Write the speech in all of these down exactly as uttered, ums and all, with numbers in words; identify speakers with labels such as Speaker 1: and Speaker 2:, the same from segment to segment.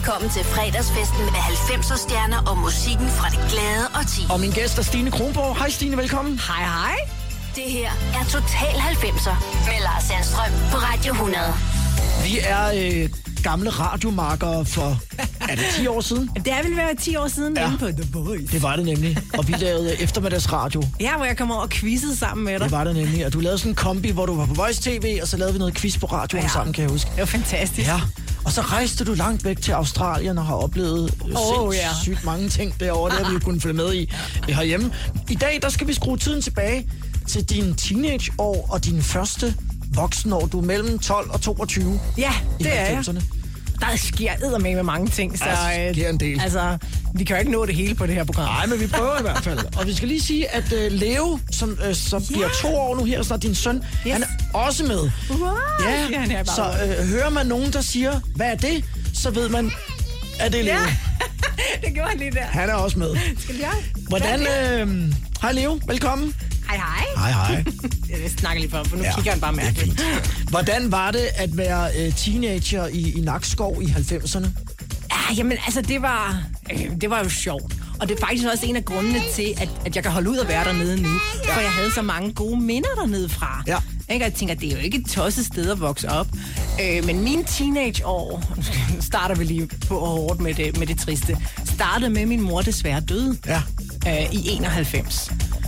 Speaker 1: velkommen til fredagsfesten med halvfemser stjerner og musikken fra det glade årti.
Speaker 2: Og min gæst er Stine Kronborg. Hej Stine, velkommen.
Speaker 3: Hej hej.
Speaker 1: Det her er Total halvfemser med Lars Sandstrøm på Radio hundrede.
Speaker 2: Vi er øh, gamle radiomarkere for, er det ti år siden?
Speaker 3: Det er vel været ti år siden
Speaker 2: Ja.
Speaker 3: inde på The Voice.
Speaker 2: Det var det nemlig. Og vi lavede eftermiddagsradio.
Speaker 3: Ja, hvor jeg kom over og quizzede sammen med dig.
Speaker 2: Det var det nemlig. Og du lavede sådan en kombi, hvor du var på Voice T V, og så lavede vi noget quiz på radioen
Speaker 3: Ja.
Speaker 2: sammen, kan jeg huske.
Speaker 3: Det var fantastisk.
Speaker 2: Ja. Og så rejste du langt væk til Australien og har oplevet
Speaker 3: Oh,
Speaker 2: oh, sindssygt ja. mange ting derovre. Det har vi jo kunnet følge med i ja. herhjemme. I dag, der skal vi skrue tiden tilbage til dine teenageår og dine første voksenår. Du er mellem tolv og toogtyve.
Speaker 3: Ja,
Speaker 2: i
Speaker 3: det er jeg.
Speaker 2: halvfemserne.
Speaker 3: Der sker eddermame med mange ting, så
Speaker 2: Ja, der sker en del.
Speaker 3: altså, vi kan jo ikke nå det hele på det her program.
Speaker 2: Nej, men vi prøver i hvert fald. Og vi skal lige sige, at uh, Leo, som uh, så yeah. bliver to år nu her, snart din søn, yes. han er også med.
Speaker 3: Wow,
Speaker 2: ja,
Speaker 3: han er bare
Speaker 2: så uh, hører man nogen, der siger, hvad er det? Så ved man, at det er Leo.
Speaker 3: Ja, det gjorde han lige der.
Speaker 2: Han er også med.
Speaker 3: Skal jeg?
Speaker 2: Hvordan... Øh, hej Leo, velkommen.
Speaker 3: Hej hej.
Speaker 2: Hej, hej.
Speaker 3: Jeg snakker lige for, for nu
Speaker 2: Ja,
Speaker 3: ja, kigger han bare mærkeligt.
Speaker 2: Hvordan var det at være uh, teenager i, i Nakskov i halvfemserne?
Speaker 3: Ja, jamen altså, det var, øh, det var jo sjovt. Og det er faktisk også en af grundene til, at, at jeg kan holde ud at være dernede nu. For jeg havde så mange gode minder dernede fra.
Speaker 2: Ja.
Speaker 3: Ikke? Og jeg tænker, det er jo ikke et tosset sted at vokse op. Øh, men mine teenageår, nu starter vi lige på hårdt med det, med det triste, startede med, min mor desværre døde
Speaker 2: Ja.
Speaker 3: øh, i enoghalvfems.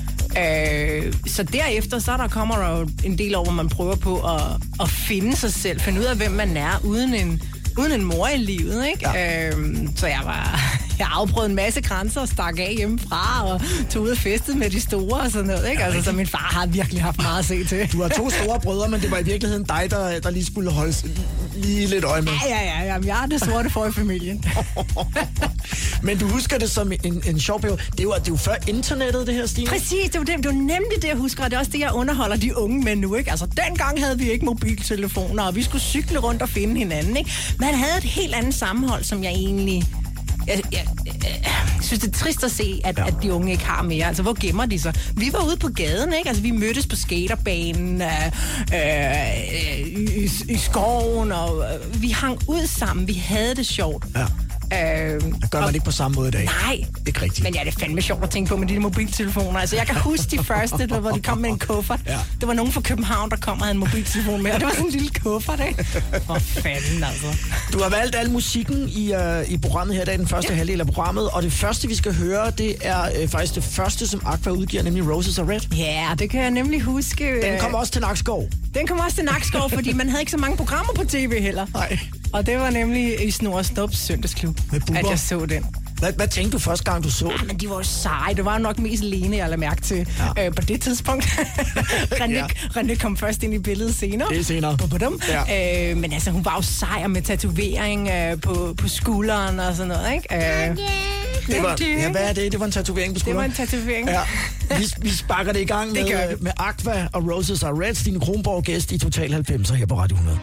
Speaker 3: Øh, så derefter, så der kommer der jo en del år, hvor man prøver på at, at finde sig selv, finde ud af, hvem man er, uden en, uden en mor i livet, ikke? Ja. Øh, så jeg var... Jeg afprøvede en masse grænser og stak af hjemmefra og tog ud og festede med de store og sådan noget, ikke? Ja, altså, så min far har virkelig haft meget at se til.
Speaker 2: Du har to store brødre, men det var i virkeligheden dig, der, der lige skulle holde lige lidt øje med.
Speaker 3: Ja, ja, ja. Jamen, jeg er det sorte for i familien.
Speaker 2: Men du husker det som en, en sjov periode. Det var, det var før internettet, det her, Stine.
Speaker 3: Præcis, det var, det, det var nemlig det, jeg husker, og det er også det, jeg underholder de unge med nu, ikke? Altså, dengang havde vi ikke mobiltelefoner, og vi skulle cykle rundt og finde hinanden, ikke? Man havde et helt andet sammenhold, som jeg egentlig... Jeg, jeg, jeg, jeg synes, det er trist at se, at, ja. at de unge ikke har mere. Altså, hvor gemmer de sig? Vi var ude på gaden, ikke? Altså, vi mødtes på skaterbanen, øh, øh, i, i skoven, og øh, vi hang ud sammen. Vi havde det sjovt.
Speaker 2: Ja.
Speaker 3: Øh,
Speaker 2: Det gør man ikke på samme måde i dag.
Speaker 3: Nej.
Speaker 2: Ikke rigtigt.
Speaker 3: Men ja, det er fandme sjovt at tænke på med de mobiltelefoner. Altså, jeg kan huske de første, hvor de kom med en kuffert.
Speaker 2: Ja.
Speaker 3: Det var nogen fra København, der kom og havde en mobiltelefon med, og det var sådan en lille kuffert, ikke? For fanden, altså.
Speaker 2: Du har valgt al musikken i, uh, i programmet her, der er den første ja. halvdel af programmet, og det første, vi skal høre, det er uh, faktisk det første, som Aqua udgiver, nemlig Roses Are Red.
Speaker 3: Ja, det kan jeg nemlig huske.
Speaker 2: Den kom også til Nakskov.
Speaker 3: Den kom også til Nakskov, fordi man havde ikke så mange programmer på tv heller.
Speaker 2: Nej.
Speaker 3: Og det var nemlig i Snor Stops søndagsklub, at jeg så den.
Speaker 2: Hvad, hvad tænkte du første gang, du så
Speaker 3: Ja, men de var jo seje. Det var nok mest Lene, jeg lagde mærke til ja. øh, på det tidspunkt. René, ja. René kom først ind i billedet senere.
Speaker 2: Det er senere.
Speaker 3: På, på dem. Ja. Øh, men altså, hun var jo sej med tatovering øh, på, på skulderen og sådan noget, ikke? Øh,
Speaker 2: det var, ja, hvad er det? Det var en tatovering på skulderen?
Speaker 3: Det var en tatovering.
Speaker 2: Ja. Vi, vi sparker det i gang med, med Aqua og Roses Are Red. Stine Kronborg, gæst i Total halvfemser her på Radio hundrede.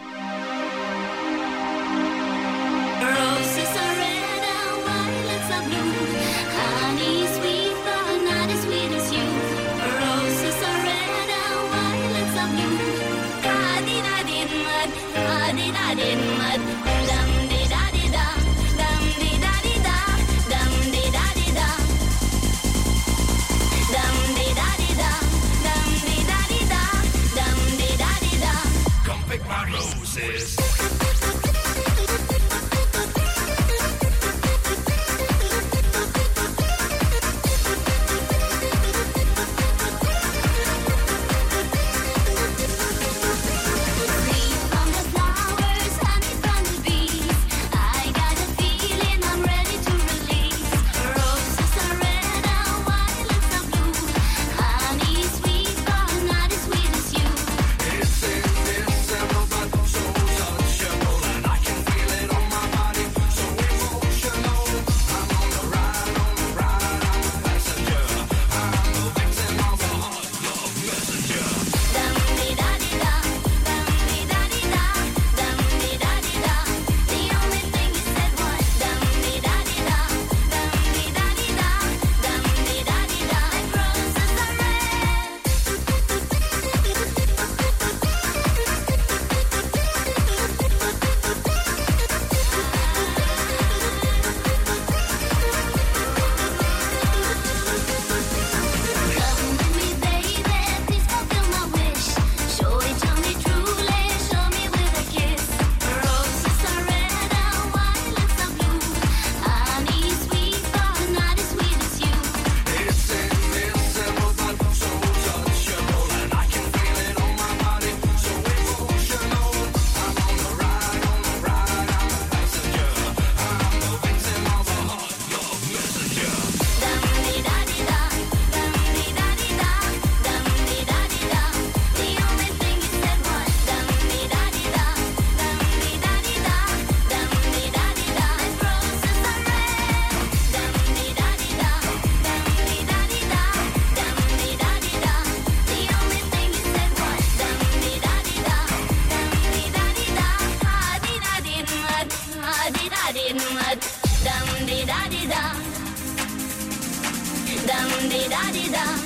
Speaker 1: Dum-de-da-de-dum.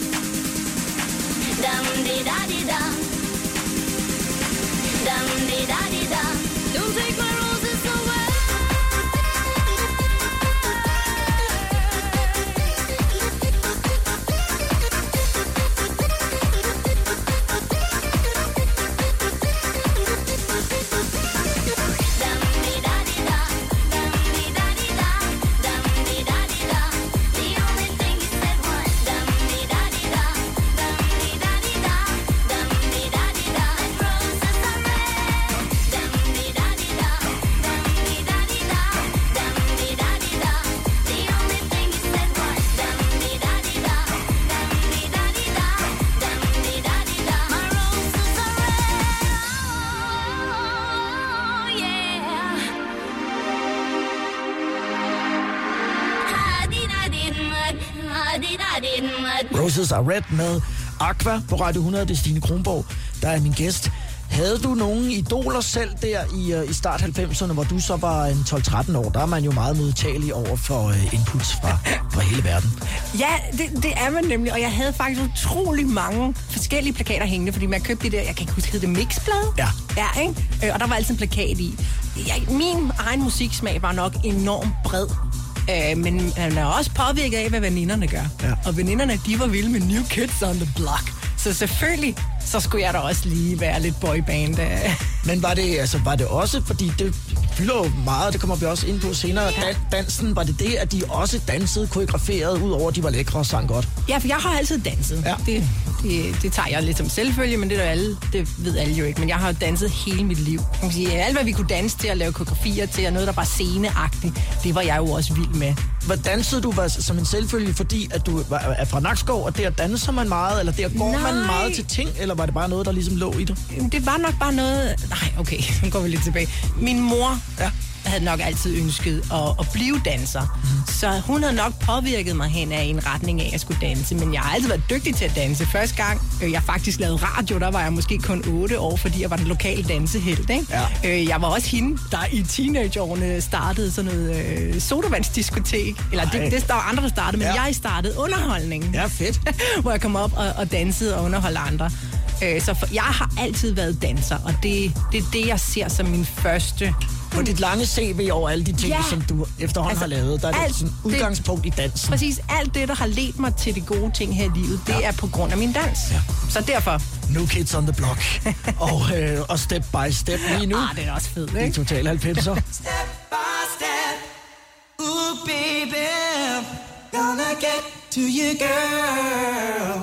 Speaker 1: Dum-de-da-de-dum. Dum-de-da-de-dum. Don't take my roses away.
Speaker 2: Roses Are Red med Aqua på Radio hundrede. Det er Stine Kronborg, der er min gæst. Havde du nogle idoler selv der i, uh, i start halvfemserne, hvor du så var en tolv tretten år? Der er man jo meget modtagelig over for uh, inputs fra, fra hele verden.
Speaker 3: Ja, det, det er man nemlig, og jeg havde faktisk utrolig mange forskellige plakater hængende, fordi man købte det der, jeg kan ikke huske, det hedder Mixblad.
Speaker 2: Ja.
Speaker 3: Ja, ikke? Øh, og der var altid en plakat i. Jeg, min egen musiksmag var nok enormt bred. Øh, men man er også påvirket af, hvad veninderne gør.
Speaker 2: Ja.
Speaker 3: Og veninderne, de var vilde med New Kids on the Block. Så selvfølgelig, så skulle jeg da også lige være lidt boyband.
Speaker 2: Men var det, altså, var det også, fordi det fylder jo meget, det kommer vi også ind på senere, Dan- dansen, var det det, at de også dansede koreograferet, udover at de var lækre og sang godt?
Speaker 3: Ja, for jeg har altid danset.
Speaker 2: Ja.
Speaker 3: Det, det, det tager jeg lidt som selvfølge, men det, der alle, det ved alle jo ikke. Men jeg har danset hele mit liv. Man kan sige, alt, hvad vi kunne danse til at lave koreografier til, og noget, der var sceneagtigt, det var jeg jo også vild med.
Speaker 2: Hvad dansede du var, som en selvfølge, fordi at du var, er fra Nakskov, og der danser man meget, eller der går
Speaker 3: Nej.
Speaker 2: man meget til ting, eller var det bare noget, der ligesom lå i det?
Speaker 3: Det var nok bare noget... Nej, okay, nu går vi lidt tilbage. Min mor
Speaker 2: Ja.
Speaker 3: havde nok altid ønsket at, at blive danser. Mm. Så hun havde nok påvirket mig hen af en retning af, at jeg skulle danse. Men jeg har altid været dygtig til at danse. Første gang, øh, jeg faktisk lavede radio, der var jeg måske kun otte år, fordi jeg var den lokale dansehelt. Ikke?
Speaker 2: Ja.
Speaker 3: Øh, jeg var også hende, der i teenageårene startede sådan noget øh, sodavandsdiskotek. Eller det, det der var andre, der startede, men
Speaker 2: Ja.
Speaker 3: jeg startede underholdningen.
Speaker 2: Ja, fedt.
Speaker 3: Hvor jeg kom op og, og dansede og underholdte andre. Øh, så for, jeg har altid været danser, og det, det er det, jeg ser som min første...
Speaker 2: På dit lange C V over alle de ting,
Speaker 3: Ja.
Speaker 2: som du efterhånden
Speaker 3: Altså,
Speaker 2: har lavet, der er det
Speaker 3: alt
Speaker 2: sådan
Speaker 3: det-
Speaker 2: udgangspunkt i dansen.
Speaker 3: Præcis alt det, der har ledt mig til de gode ting her i livet, det
Speaker 2: Ja.
Speaker 3: er på grund af min dans.
Speaker 2: Ja.
Speaker 3: Så derfor...
Speaker 2: New Kids on the Block. og, øh, og Step by Step lige nu.
Speaker 3: Ah, det er også fedt,
Speaker 2: I
Speaker 3: ikke?
Speaker 2: Total halvfemser.
Speaker 4: Step by step, ooh baby, gonna get to you, girl.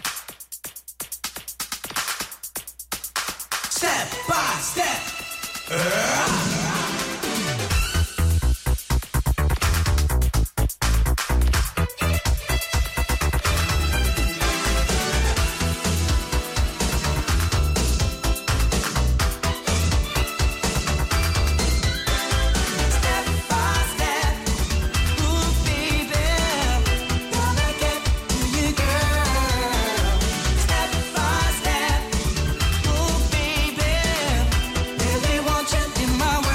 Speaker 4: Step by step. Step by step, ooh baby, gonna get to you, girl. Step by step, ooh baby, really want you in my world.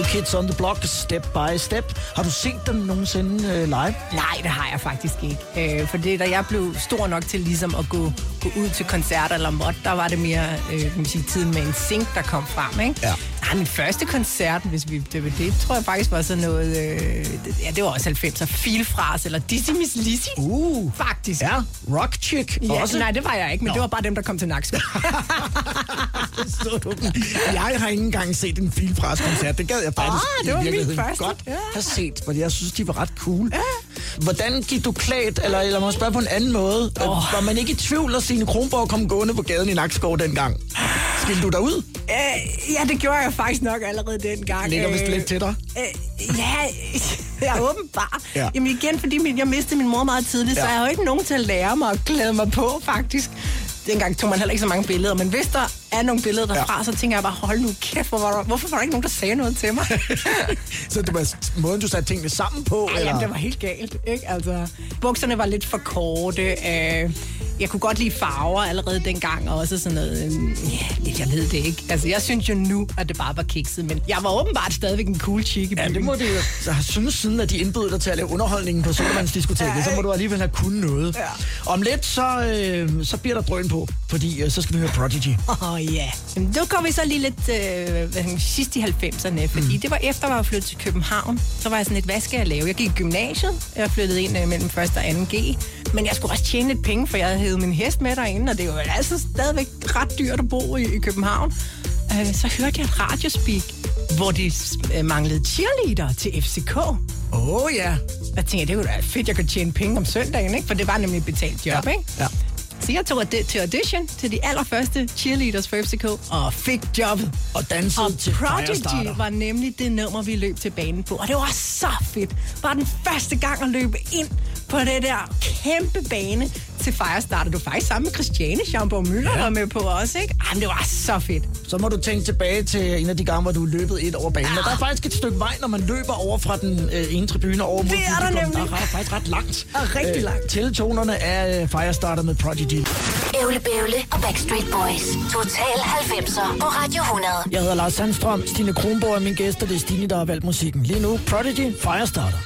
Speaker 2: Kids on the Block, Step by Step. Har du set dem nogensinde øh, live?
Speaker 3: Nej, det har jeg faktisk ikke. Øh, for det, da jeg blev stor nok til ligesom at gå, gå ud til koncerter eller mod, der var det mere øh, kan man sige, tiden med en sync, der kom frem, ikke?
Speaker 2: Ja.
Speaker 3: Nej, min første koncert, hvis vi det, det tror jeg faktisk var sådan noget, øh, det, ja, det var også halvfemser, Filfras eller Dizzy Miss Lizzy.
Speaker 2: Uh,
Speaker 3: faktisk.
Speaker 2: Ja, Rock Chick
Speaker 3: Ja,
Speaker 2: også.
Speaker 3: nej, det var jeg ikke, men
Speaker 2: Nå.
Speaker 3: det var bare dem, der kom til Nakskov.
Speaker 2: Så du den. Jeg har ikke engang set en Filfras-koncert. Det gad jeg faktisk
Speaker 3: Ah, det
Speaker 2: i
Speaker 3: var min
Speaker 2: virkeligheden
Speaker 3: første.
Speaker 2: godt
Speaker 3: Ja.
Speaker 2: have set, fordi jeg synes, de var ret cool. Ja. Hvordan gik du klædt, eller, eller må jeg spørge på en anden måde? Oh. Var man ikke i tvivl, at Stine Kronborg kom gående på gaden i Nakskov dengang? Skilte du dig ud?
Speaker 3: Øh, ja, det gjorde jeg faktisk nok allerede dengang.
Speaker 2: Ligger vist
Speaker 3: Øh,
Speaker 2: lidt til dig.
Speaker 3: Øh, ja, jeg er åbenbart.
Speaker 2: Ja.
Speaker 3: Ja. Jamen igen, fordi min, jeg mistede min mor meget tidligt, ja. så
Speaker 2: Ja.
Speaker 3: jeg har jo ikke nogen til at lære mig og klæde mig på, faktisk. Dengang tog man heller ikke så mange billeder, men hvis der er nogle billeder derfra, ja. så tænker jeg bare, hold nu kæft, hvor var der, hvorfor var der ikke nogen, der sagde noget til mig?
Speaker 2: Så det var måden, du satte tingene sammen på?
Speaker 3: Ja,
Speaker 2: eller?
Speaker 3: jamen, det var helt galt, ikke? Altså, bukserne var lidt for korte. Øh, jeg kunne godt lide farver allerede dengang, og også sådan noget, øh, ja, lidt, jeg ved det ikke. Altså, jeg synes jo nu, at det bare var kikset, men jeg var åbenbart stadigvæk en cool chick i byen.
Speaker 2: Ja, det må det jo. Så jeg synes, siden at de indbød dig til at lave underholdningen på Sodavandsdiskoteket, ja, så må du alligevel have kunnet noget. Ja. Om lidt, så, øh, så bliver der drøn på, fordi øh, så skal vi høre Prodigy.
Speaker 3: Åh oh, ja. Yeah. Nu går vi så lige lidt øh, hvad skal man, sidst i halvfemserne, fordi mm. det var efter, at jeg var flyttet til København. Så var jeg sådan lidt, hvad skal jeg lave? Jeg gik i gymnasiet. Jeg flyttede ind øh, mellem første og anden G. Men jeg skulle også tjene lidt penge, for jeg havde hævet min hest med derinde, og det var altså stadigvæk ret dyrt at bo i, i København. Øh, så hørte jeg et radiospeak, hvor de øh, manglede cheerleader til F C K.
Speaker 2: Åh oh, ja.
Speaker 3: Jeg tænkte, det kunne da fedt, jeg kunne tjene penge om søndagen, ikke? For det var nemlig et betalt job,
Speaker 2: Ja.
Speaker 3: ikke?
Speaker 2: Ja.
Speaker 3: Så jeg tog ad- til audition til de allerførste cheerleaders for F C K, og fik jobbet.
Speaker 2: Og dansede
Speaker 3: Og
Speaker 2: til
Speaker 3: Prodigy
Speaker 2: Firestarter.
Speaker 3: var nemlig det nummer, vi løb til banen på. Og det var så fedt. Bare den første gang at løbe ind på det der kæmpe bane til Firestarter. Du var faktisk sammen med Christiane Schaumburg Müller, ja. var med på også, ikke? Ej, men det var så fedt.
Speaker 2: Så må du tænke tilbage til en af de gange, hvor du er løbet ind over banen. Ja. Og der er faktisk et stykke vej, når man løber over fra den øh, ene tribune over mod
Speaker 3: Det er der
Speaker 2: publikum.
Speaker 3: nemlig.
Speaker 2: Der er faktisk ret langt.
Speaker 3: Og rigtig langt.
Speaker 2: Til tonerne af øh, Firestarter med Prodigy.
Speaker 1: Ævle Bævle og Backstreet Boys. Total halvfemser på Radio hundrede.
Speaker 2: Jeg hedder Lars Sandstrøm. Stine Kronborg er min gæst, og det er Stine, der har valgt musikken. Lige nu, Prodigy, Firestarter.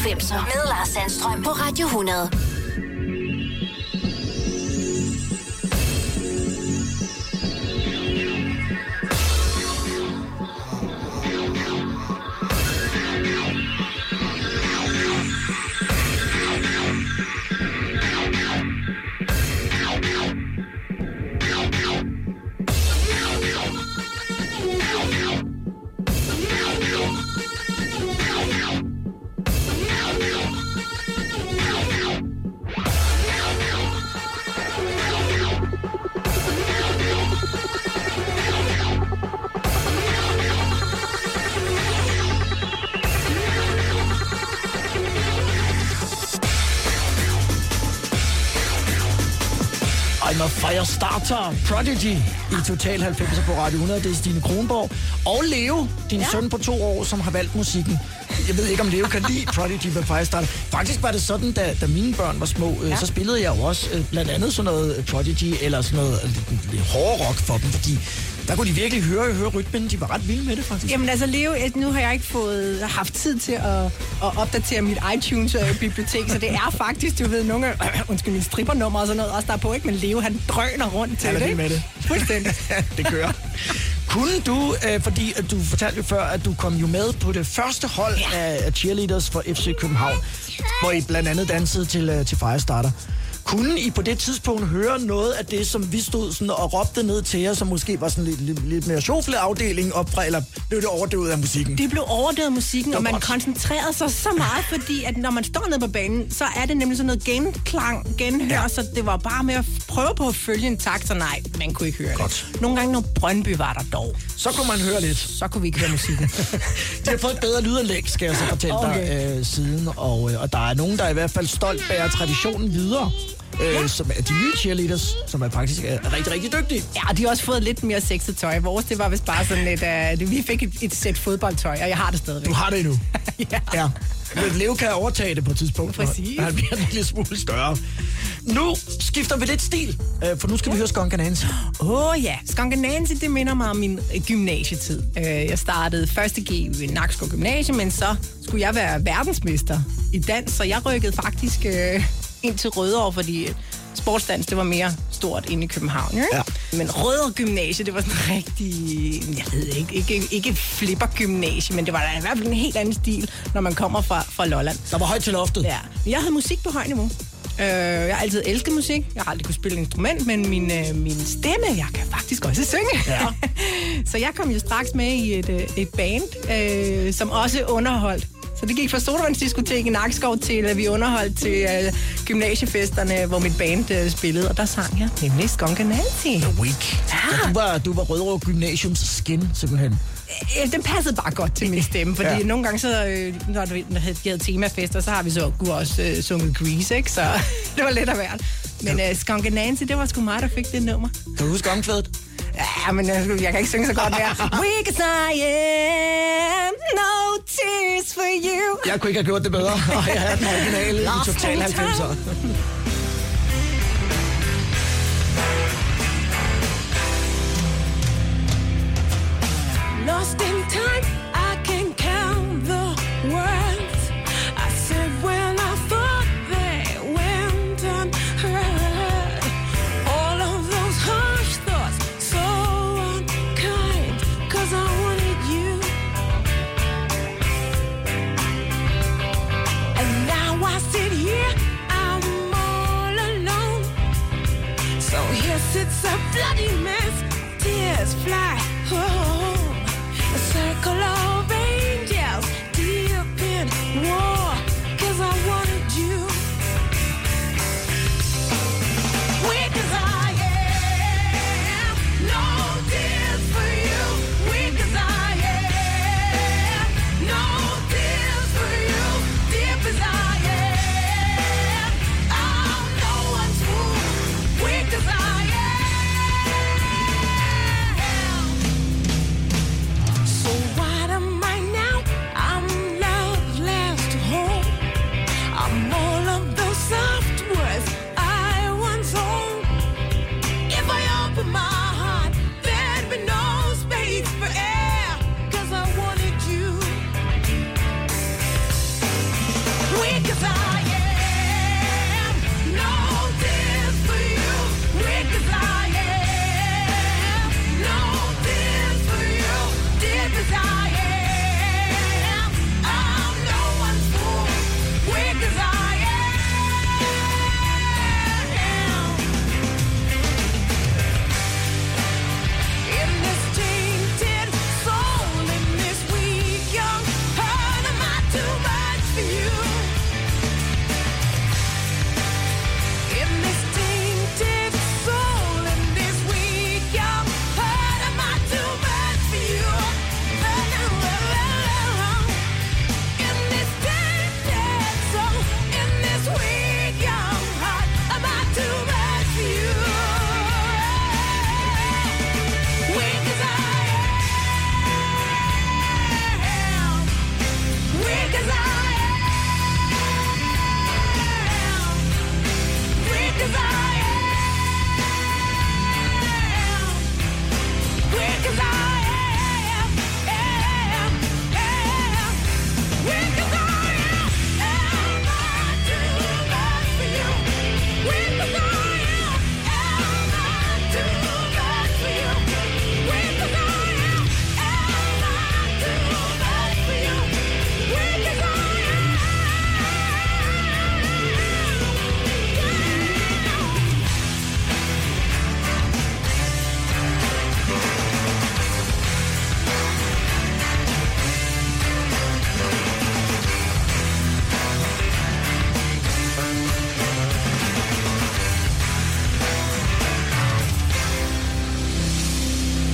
Speaker 1: halvfemser med Lars Sandstrøm på Radio hundrede.
Speaker 2: I'm a Firestarter, Prodigy i Total halvfemser på Radio hundrede. Det er Stine Kronborg og Leo, din ja. søn på to år, som har valgt musikken. Jeg ved ikke, om Leo kan lide Prodigy med Firestarter. Faktisk var det sådan, da, da mine børn var små, ja. så spillede jeg jo også øh, blandt andet sådan noget Prodigy, eller sådan noget lidt, lidt hård rock for dem, fordi der kunne de virkelig høre, høre rytmen. De var ret vilde med det, faktisk.
Speaker 3: Jamen altså, Leo, nu har jeg ikke fået haft tid til at, at opdatere mit iTunes-bibliotek, så det er faktisk, du ved, nogle af, øh, undskyld, mine strippernummer og sådan noget også der er på, ikke? Men Leo, han drøner rundt til
Speaker 2: det.
Speaker 3: det,
Speaker 2: ikke? Med det.
Speaker 3: Fuldstændig.
Speaker 2: Det kører. Kunne du, øh, fordi at du fortalte jo før, at du kom jo med på det første hold ja. af cheerleaders for F C København, hvor I blandt andet dansede til, øh, til Firestarter. Kunne I på det tidspunkt høre noget af det, som vi stod sådan og råbte ned til jer, som måske var sådan lidt, lidt, lidt mere sjofle afdeling op fra, eller blev det overdøvet af musikken?
Speaker 3: Det blev overdøvet af musikken, og man godt. koncentrerede sig så meget, fordi at når man står nede på banen, så er det nemlig sådan noget genklang, genhør, ja. så det var bare med at prøve på at følge en takt, så nej, man kunne ikke høre godt. det. Nogle gange, når Brøndby var der dog.
Speaker 2: Så kunne man høre lidt.
Speaker 3: Så kunne vi ikke høre musikken.
Speaker 2: De har fået et bedre lydanlæg, skal jeg så fortælle okay. dig øh, siden, og, øh, og der er nogen, der er i hvert fald stolt bærer traditionen videre. Ja. Øh, som er de nye cheerleaders, som er faktisk er rigtig, rigtig dygtige.
Speaker 3: Ja, og de har også fået lidt mere sexet tøj. Vores, det var vist bare sådan lidt... Uh, vi fik et, et sæt fodboldtøj, og jeg har det stadigvæk.
Speaker 2: Du har det endnu?
Speaker 3: ja.
Speaker 2: ja. Men Leo kan overtage det på et tidspunkt.
Speaker 3: Præcis.
Speaker 2: Han bliver en lille smule større. Nu skifter vi lidt stil, for nu skal vi høre Skunk and Nancy.
Speaker 3: Åh oh, ja, Skunk and Nancy, det minder mig om min gymnasietid. Jeg startede første G ved Nakskov Gymnasium, men så skulle jeg være verdensmester i dans, så jeg rykkede faktisk øh, ind til Rødovre, fordi sportsdans, det var mere stort inde i København. Ikke?
Speaker 2: Ja.
Speaker 3: Men Rødovre Gymnasie, det var sådan rigtig, jeg ved ikke, ikke, ikke flipper-gymnasie, men det var i hvert fald en helt anden stil, når man kommer fra, fra Lolland.
Speaker 2: Der var højt til loftet.
Speaker 3: Ja, jeg havde musik på højt niveau. Uh, jeg har altid elsket musik. Jeg har aldrig kunne spille instrument, men min, uh, min stemme, jeg kan faktisk også synge. Ja. Så jeg kom jo straks med i et, uh, et band, uh, som også underholdt. Så det gik fra sodavandsdiskotek i Nakskov til, at vi underholdt til uh, gymnasiefesterne, hvor mit band uh, spillede, og der sang jeg nemlig Skunk and Nancy.
Speaker 2: The Week. Ja. Ja, du var, du var Rødovre Gymnasiums skin, simpelthen.
Speaker 3: Ja, den passede bare godt til min stemme, fordi ja. nogle gange, så, øh, når de havde temafester, så har vi så også øh, sunget Grease, ikke? Så det var lidt af hvert. Men øh, Skunk and Nancy, det var sgu mig, der fik det nummer.
Speaker 2: Kan du huske omkvædet?
Speaker 3: Ja, men jeg, jeg kan ikke synge så godt mere. Weak as I am, no tears for you.
Speaker 2: Jeg kunne ikke have gjort det bedre, og jeg havde den originale i Total halvfemser.
Speaker 5: Lost in time, I can count the words I said when I thought they went unheard. All of those harsh thoughts, so unkind, 'cause I wanted you. And now I sit here, I'm all alone. So here sits a bloody mess, tears fly. Oh. A circle of angels deep in war, 'cause I wanted you. Weak as I am, no tears for you. Weak as I am, no tears for you. Deep as I am, I'm no one's fool. Weak as I am. So why am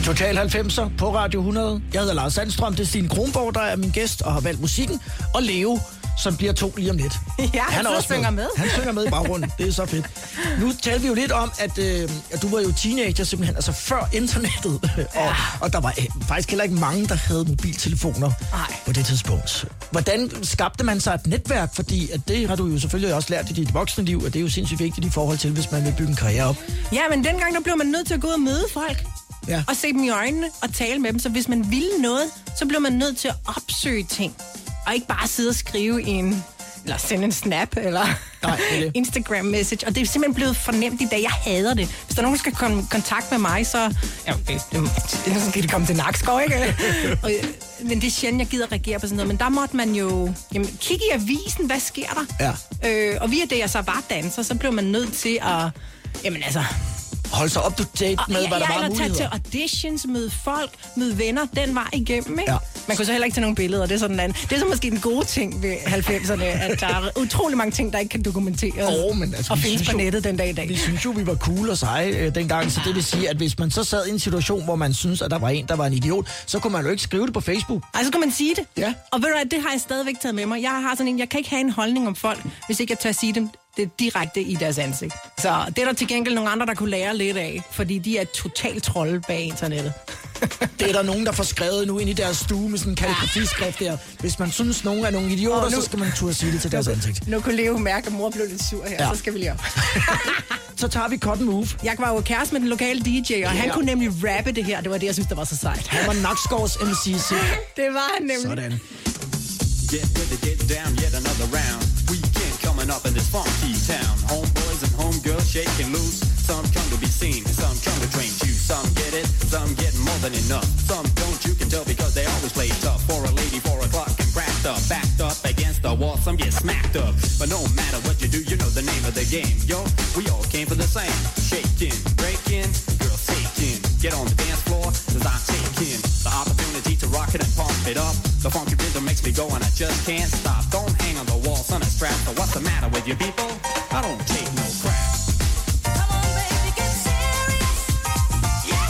Speaker 2: Total halvfemser på Radio hundrede. Jeg hedder Lars Sandstrøm, det er Stine Kronborg, der er min gæst og har valgt musikken. Og Leo, som bliver to lige om lidt.
Speaker 3: Ja, han, han synger med.
Speaker 2: Han synger med i baggrunden, det er så fedt. Nu talte vi jo lidt om, at, øh, at du var jo teenager simpelthen, altså før internettet.
Speaker 3: Ja.
Speaker 2: og, og der var øh, faktisk heller ikke mange, der havde mobiltelefoner
Speaker 3: Nej.
Speaker 2: på det tidspunkt. Hvordan skabte man sig et netværk? Fordi at det har du jo selvfølgelig også lært i dit voksne liv, og det er jo sindssygt vigtigt i forhold til, hvis man vil bygge en karriere op.
Speaker 3: Ja, men dengang der blev man nødt til at gå ud og møde folk.
Speaker 2: Ja.
Speaker 3: Og se dem i øjnene og tale med dem. Så hvis man ville noget, så blev man nødt til at opsøge ting. Og ikke bare sidde og skrive i en... Eller sende en snap, eller
Speaker 2: Nej, det er det.
Speaker 3: Instagram-message. Og det er simpelthen blevet fornemt i dag. Jeg hader det. Hvis der er nogen, der skal komme i kontakt med mig, så... Ja, det, det, det, så skal de komme til Nakskov, ikke? og, men det er sjældent, jeg gider reagere på sådan noget. Men der måtte man jo... Jamen, kigge i avisen, hvad sker der?
Speaker 2: Ja.
Speaker 3: Øh, og via det, jeg så var danser, så blev man nødt til at... Jamen altså...
Speaker 2: Holde sig up to date med,
Speaker 3: ja,
Speaker 2: hvad der
Speaker 3: ja,
Speaker 2: var
Speaker 3: eller tage
Speaker 2: muligheder.
Speaker 3: til auditions, møde folk, møde venner, den var igennem, ikke?
Speaker 2: Ja.
Speaker 3: Man kunne så heller ikke tage nogle billeder, det er sådan andet. Det er så måske den gode ting ved halvfemserne, at der er utrolig mange ting, der ikke kan dokumenteres
Speaker 2: Oh, men altså,
Speaker 3: og
Speaker 2: vi
Speaker 3: findes
Speaker 2: synes
Speaker 3: på
Speaker 2: jo-
Speaker 3: nettet den dag i dag.
Speaker 2: Vi synes jo, vi var cool og seje øh, dengang, så det vil sige, at hvis man så sad i en situation, hvor man synes, at der var en, der var en idiot, så kunne man jo ikke skrive det på Facebook.
Speaker 3: Ej, så kan man sige det.
Speaker 2: Ja.
Speaker 3: Og ved du hvad, det har jeg stadigvæk taget med mig. Jeg har sådan en, jeg kan ikke have en holdning om folk, hvis ikke jeg tør sige dem det direkte i deres ansigt. Så det er der til gengæld nogle andre, der kunne lære lidt af, fordi de er totalt trolde bag internettet.
Speaker 2: Det er der nogen, der får skrevet nu ind i deres stue med sådan en kalligrafiskrift der. Hvis man synes, nogen er nogle idioter,
Speaker 3: Og nu-
Speaker 2: så skal man turde sige det til deres ansigt.
Speaker 3: Nu kunne Leo mærke, at mor blev lidt sur her,
Speaker 2: Ja.
Speaker 3: ja. Så skal vi lige op.
Speaker 2: Så tager vi Cotton Move.
Speaker 3: Jeg var jo kæreste med den lokale D J, og
Speaker 2: Ja.
Speaker 3: han kunne nemlig rappe det her. Det var det, jeg synes, der var så sejt.
Speaker 2: Han var Nakskovs M C C.
Speaker 3: Det var han nemlig.
Speaker 2: Sådan.
Speaker 6: Get ready, get down, yet another round. Weekend coming up in this funky town. Homeboys and homegirls shaking loose. Some come to be seen, some come to train you. Some get it, some get more than enough. Some don't, you can tell because they always play tough. For a lady, four o'clock and cracked up. Backed up against the wall, some get smacked up. But no matter what you do, you know the name of the game. Yo, we all came for the same. Shaking, breaking, girls taking. Get on the dance floor, cause I'm taking the opportunity to rock it and pump it up. The funky rhythm makes me go and I just can't stop. Don't hang on the wall, son, a strap. But what's the matter with you people? I don't take no crap.
Speaker 5: Come on, baby, get serious. Yeah.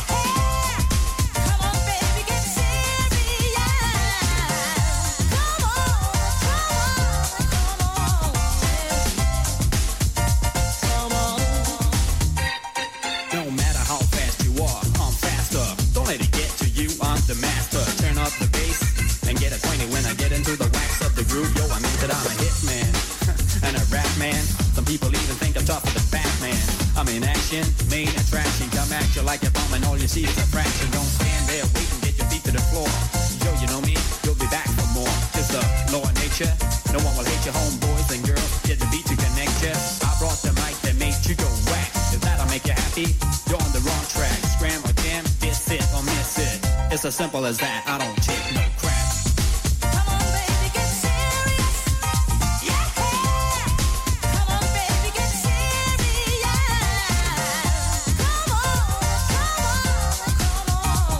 Speaker 5: Come on, baby, get serious. Come on, come on, come on.
Speaker 6: No matter how fast you are, I'm faster. Don't let it get to you, I'm the master. Turn up the bass and get acquainted when I get into the wax of the groove. Yo, I mean that I'm a hit man and a rap man. Some people even think I'm tougher than Batman. I'm in action, main attraction. Come at you like a bomb and all you see is a fraction. Don't stand there waiting, get your feet to the floor. Yo, you know me, you'll be back for more. Just the law of nature. No one will hate your homeboys and girls. Get the beat to connect ya. I brought the mic that made you go whack. If that'll make you happy, you're on the wrong track. Scram or jam, diss it or miss it. It's as simple as that. I don't take no crap.
Speaker 5: Come on, baby, get serious. Yeah. Come on, baby, get serious. Come on, come on,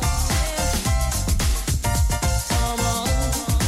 Speaker 5: come on. Come on.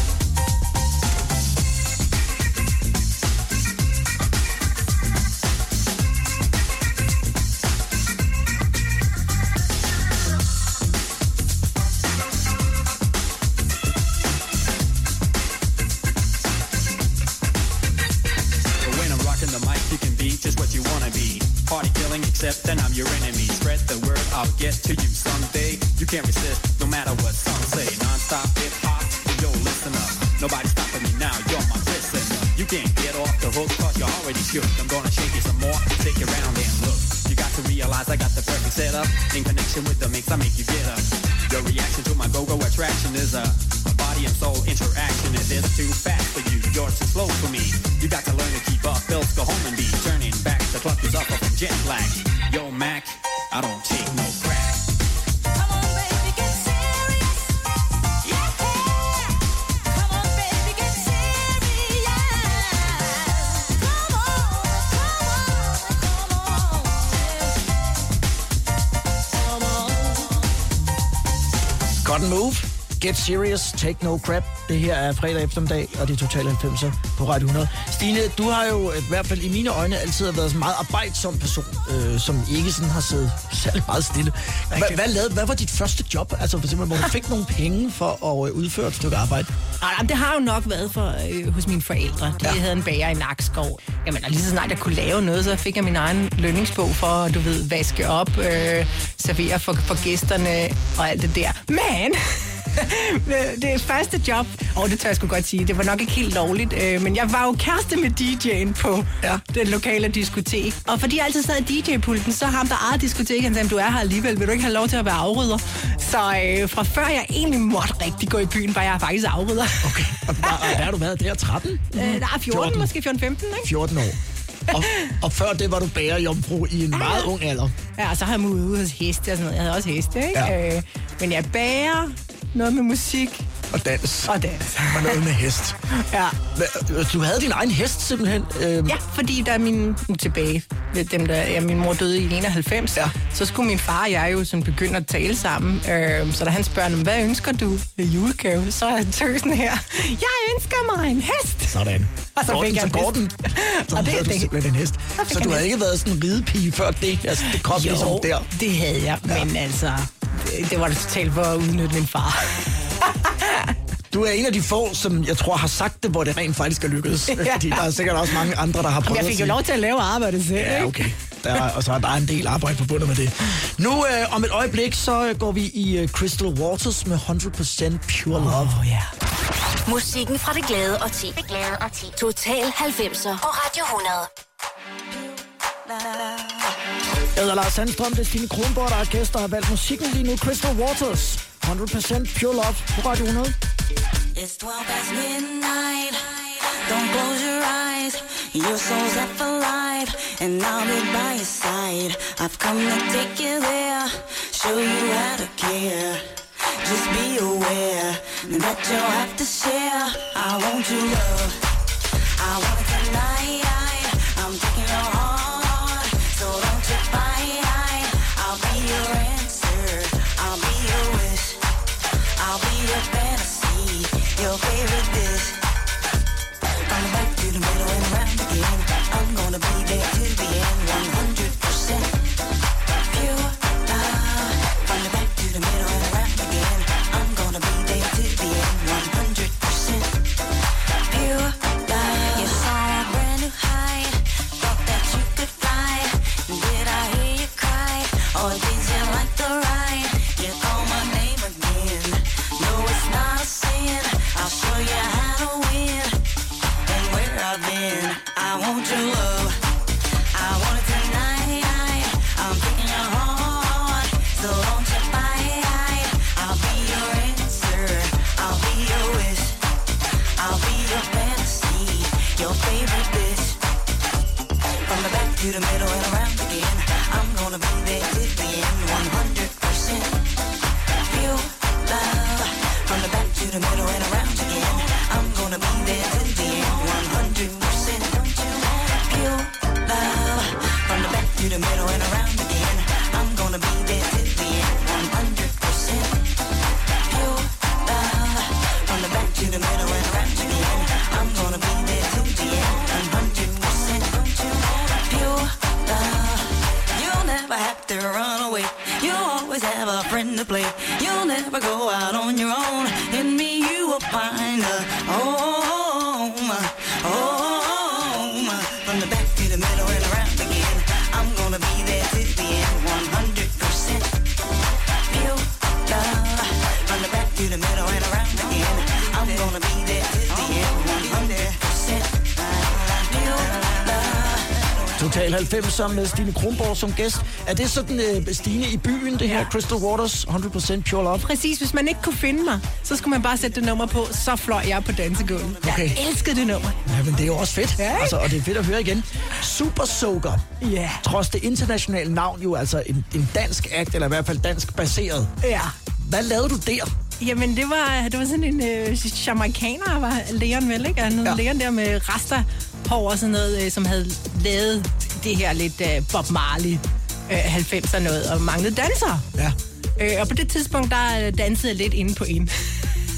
Speaker 6: But when I'm rocking the mic, you can be just what you wanna be. Party killing, except then I'm your enemy. Spread the word, I'll get to you someday. You can't resist, no matter what some say. Non-stop hip hop, yo, listen up. Nobody's stopping me now, you're my listener. You can't get off the hook, cause you're already shook. I'm gonna shake you some more, stick around and look. You got to realize I got the perfect setup. In connection with the mix, I make you get up. Your reaction to my go-go attraction is a, a body and soul interaction. It is too fast for you, you're too slow for me. You got to learn to keep up, else go home and be turning back. The clock is up from jet lag. Yo, Mac, I don't take no crap.
Speaker 5: Come on, baby, get serious. Yeah. Come on, baby, get serious. Come on, come on, come on. Come on.
Speaker 2: Cotton Move Get Serious, Take No Crap. Det her er fredag eftermiddag, og det er Total halvfemser på Radio hundrede. Stine, du har jo i hvert fald i mine øjne altid været en meget arbejdsom person, øh, som ikke sådan har siddet særlig meget stille. Hva, hvad, lavede, hvad var dit første job? Altså for eksempel, hvor du fik nogle penge for at øh, udføre et stykke arbejde?
Speaker 3: Ah, det har jo nok været for, øh, hos mine forældre. De ja. havde en bager i Nakskov. Jamen, og lige så snart jeg kunne lave noget, så fik jeg min egen lønningsbog for, du ved, vaske op, øh, servere for, for gæsterne og alt det der. Men det første job, og oh, det tør jeg sgu godt sige, det var nok ikke helt lovligt, øh, men jeg var jo kæreste med D J'en på ja. den lokale diskotek. Og fordi jeg altid sad i D J-pulten, så ham, der ejede diskotek, han sagde, du er her alligevel, vil du ikke have lov til at være afrydder? Så øh, fra før jeg egentlig måtte rigtig gå i byen, var jeg faktisk afrydder.
Speaker 2: Okay, og der, og der har du været der tretten?
Speaker 3: Øh, der er fjorten, fjorten, måske fjorten femten, ikke?
Speaker 2: fjorten år. Og, og før det var du bagerjomfru i en meget ung alder.
Speaker 3: Ja, og så har jeg ude hos heste og sådan noget. Jeg havde også heste, ikke?
Speaker 2: Ja.
Speaker 3: Øh, men jeg bager, noget med musik.
Speaker 2: Og dans.
Speaker 3: Og dans.
Speaker 2: Og noget med hest.
Speaker 3: Ja.
Speaker 2: Du havde din egen hest simpelthen? Øh...
Speaker 3: Ja, fordi der er min... Nu tilbage. Dem, der, ja, min mor døde i enoghalvfems. Ja. Så skulle min far og jeg jo sådan begynde at tale sammen. Øh, så da han spørger, hvad ønsker du ved julegave? Så er tøsen her. Jeg ønsker mig en hest.
Speaker 2: Sådan.
Speaker 3: Og så fik jeg en
Speaker 2: Gordon. Så og det havde du simpelthen en hest. Så du havde ikke været sådan en ridepige før det? Altså, det kom jo, ligesom der.
Speaker 3: Det havde jeg. Ja. Men altså, det, det var det totalt for at udnytte min far.
Speaker 2: Du er en af de få, som jeg tror har sagt det, hvor det rent faktisk er lykkedes. Ja. Fordi der er sikkert også mange andre, der har prøvet.
Speaker 3: Jeg fik jo lov til at lave arbejde selv.
Speaker 2: Ja, okay. Der er, og så er der en del arbejde forbundet med det. Nu øh, om et øjeblik, så går vi i uh, Crystal Waters med hundrede procent Pure Love.
Speaker 3: Oh, yeah.
Speaker 1: Musikken fra det glade og ti. Total halvfemser på Radio hundrede.
Speaker 2: Jeg hedder Lars Sandstrøm, det er Stine Kronborg, der er gæster, har valgt musikken lige nu. Crystal Waters, hundrede procent Pure Love på Radio hundrede.
Speaker 7: It's twelve past midnight. Don't close your eyes. Your soul's up for life, and I'll be by your side. I've come to take you there, show you how to care. Just be aware that you'll have to share. I want your love. I want it tonight. I'm taking your heart, so don't you fight. I'll be your answer. I'll be your wish. I'll be your fantasy, your favorite dish. From the back to the middle and around again. I'm gonna be there till the end, one hundred percent pure love. From the back to the middle and around again. I'm gonna be there till the end, one hundred percent pure love. You saw a brand new high, thought that you could fly. Did I hear you cry, or did you like the ride? You call my name again. No, it's not a sin. I'll show you how to win. And where I've been, I want your love. I want it tonight. I'm taking your heart, so don't you fight. I'll be your answer. I'll be your wish. I'll be your fantasy, your favorite dish. From the back to the middle and around again. I'm gonna be there till the end, one hundred percent pure love. From the back to the middle and around again. I'm gonna be there till the end, one hundred percent pure love. From the back to the middle and around again. I'm gonna be there till the end, one hundred percent pure love. From the back to the middle and around again. I'm gonna be there till the end, one hundred percent pure love. You'll never have to run away. You'll always have a friend to play. You'll never go out on your own. In me you will find a home, home. From the back to the middle and around again. I'm gonna be there till the end, one hundred percent pure love. From the back to the middle and around again. I'm gonna be there till the end, one hundred percent pure love.
Speaker 2: Total halvfemser med Stine Kronborg som gæst. Er det sådan uh, Stine i byen, det her Crystal Waters, hundrede procent Pure Love?
Speaker 3: Præcis, hvis man ikke kunne finde mig, så skulle man bare sætte det nummer på, så fløj jeg på dansegulvet.
Speaker 2: Okay.
Speaker 3: Jeg elskede det nummer.
Speaker 2: Ja, men det er jo også fedt.
Speaker 3: Ja,
Speaker 2: altså, og det er fedt at høre igen. Super Soaker.
Speaker 3: Ja. Yeah.
Speaker 2: Trods det internationale navn jo altså en, en dansk act, eller i hvert fald dansk baseret.
Speaker 3: Ja.
Speaker 2: Hvad lavede du der?
Speaker 3: Jamen, det var, det var sådan en øh, jamaikaner, var Leon vel, ikke? Ja. Leon der med rasta hår og sådan noget, øh, som havde lavet det her lidt øh, Bob Marley øh, halvfemser noget, og manglede dansere.
Speaker 2: Ja.
Speaker 3: Øh, og på det tidspunkt, der dansede jeg lidt inde på en.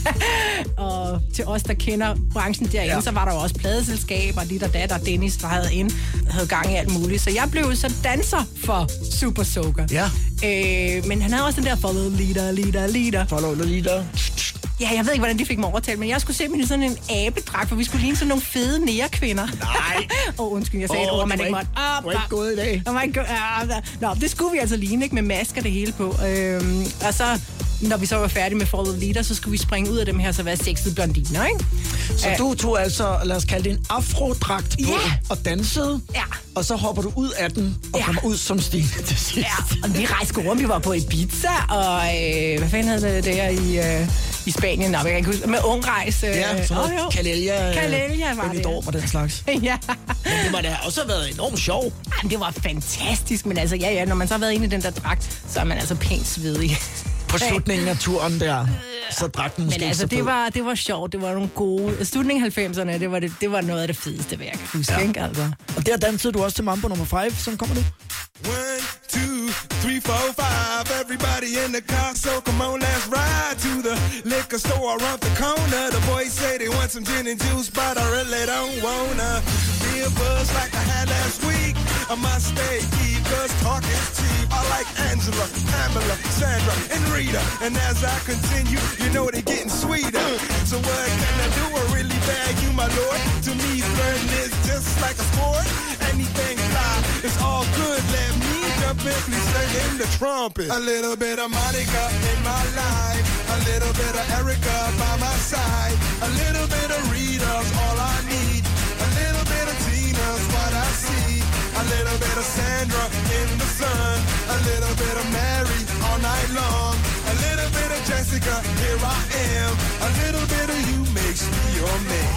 Speaker 3: Og til os, der kender branchen derinde, ja. Så var der jo også pladeselskaber, dit og dat, og Dennis, der havde ind, havde gang i alt muligt. Så jeg blev så danser for Super Soaker.
Speaker 2: Ja.
Speaker 3: Øh, men han havde også den der follow leader, leader, leader.
Speaker 2: Follow leader.
Speaker 3: Ja, jeg ved ikke, hvordan de fik mig overtalt, men jeg skulle simpelthen i sådan en abedragt, for vi skulle ligne sådan nogle fede nærekvinder.
Speaker 2: Nej.
Speaker 3: Åh, oh, undskyld, jeg sagde oh, et ord, man ikke måtte.
Speaker 2: Du var ikke gået i dag.
Speaker 3: Oh my God. Nå, det skulle vi altså ligne, ikke? Med masker det hele på. Øhm, og så, når vi så var færdige med Follow Leader, så skulle vi springe ud af dem her, så være sexede blondiner, ikke?
Speaker 2: Så uh, du tog altså, lad os kalde det en afrodragt på
Speaker 3: ja.
Speaker 2: og dansede,
Speaker 3: ja.
Speaker 2: og så hopper du ud af den og ja. kommer ud som Stine til sidst.
Speaker 3: Ja, og vi rejste rundt, vi var på Ibiza, og øh, hvad fanden hed det der i, øh, i Spanien? Nå, jeg kan ikke huske, med ungrejs. Øh,
Speaker 2: ja, sådan noget
Speaker 3: oh,
Speaker 2: Calella,
Speaker 3: Calella var det.
Speaker 2: Og den slags.
Speaker 3: Ja.
Speaker 2: Men det må da også have været enormt sjov.
Speaker 3: Jamen, det var fantastisk, men altså, ja, ja, når man så har været inde i den der dragt, så er man altså pænt svedig.
Speaker 2: På slutningen af turen der, så drak den måske
Speaker 3: Men altså,
Speaker 2: så
Speaker 3: det var, det var sjovt. Det var nogle gode... Slutningen af halvfemserne, det var, det, det var noget af det fedeste værk. Husk, ja. Ikke, altså.
Speaker 2: Og der dansede du også til Mambo nummer fem, som kommer nu.
Speaker 8: One, two, three, four, five. Everybody in the car, so come on, let's ride to the liquor store around the corner. The boys say they want some gin and juice, but I really don't wanna be a buzz like I had last week. I must stay deep, cause talk is cheap. I like Angela, Pamela, Sandra, and Rita. And as I continue, you know they're getting sweeter. So what can I do? I really bag you, my lord. To me, flirting is just like a sport. Anything fly, it's all good. Let me jump in, please sing in the trumpet. A little bit of Monica in my life. A little bit of Erica by my side. A little bit of Rita's all I need. A little bit of Tina's what I see. A little bit of Sandra in the sun. A little bit of Mary all night long. A little bit of Jessica, here I am. A little bit of you makes me your man.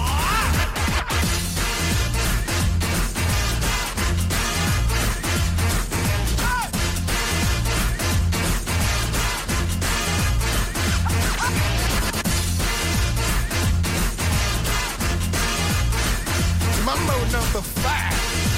Speaker 8: Mambo number five.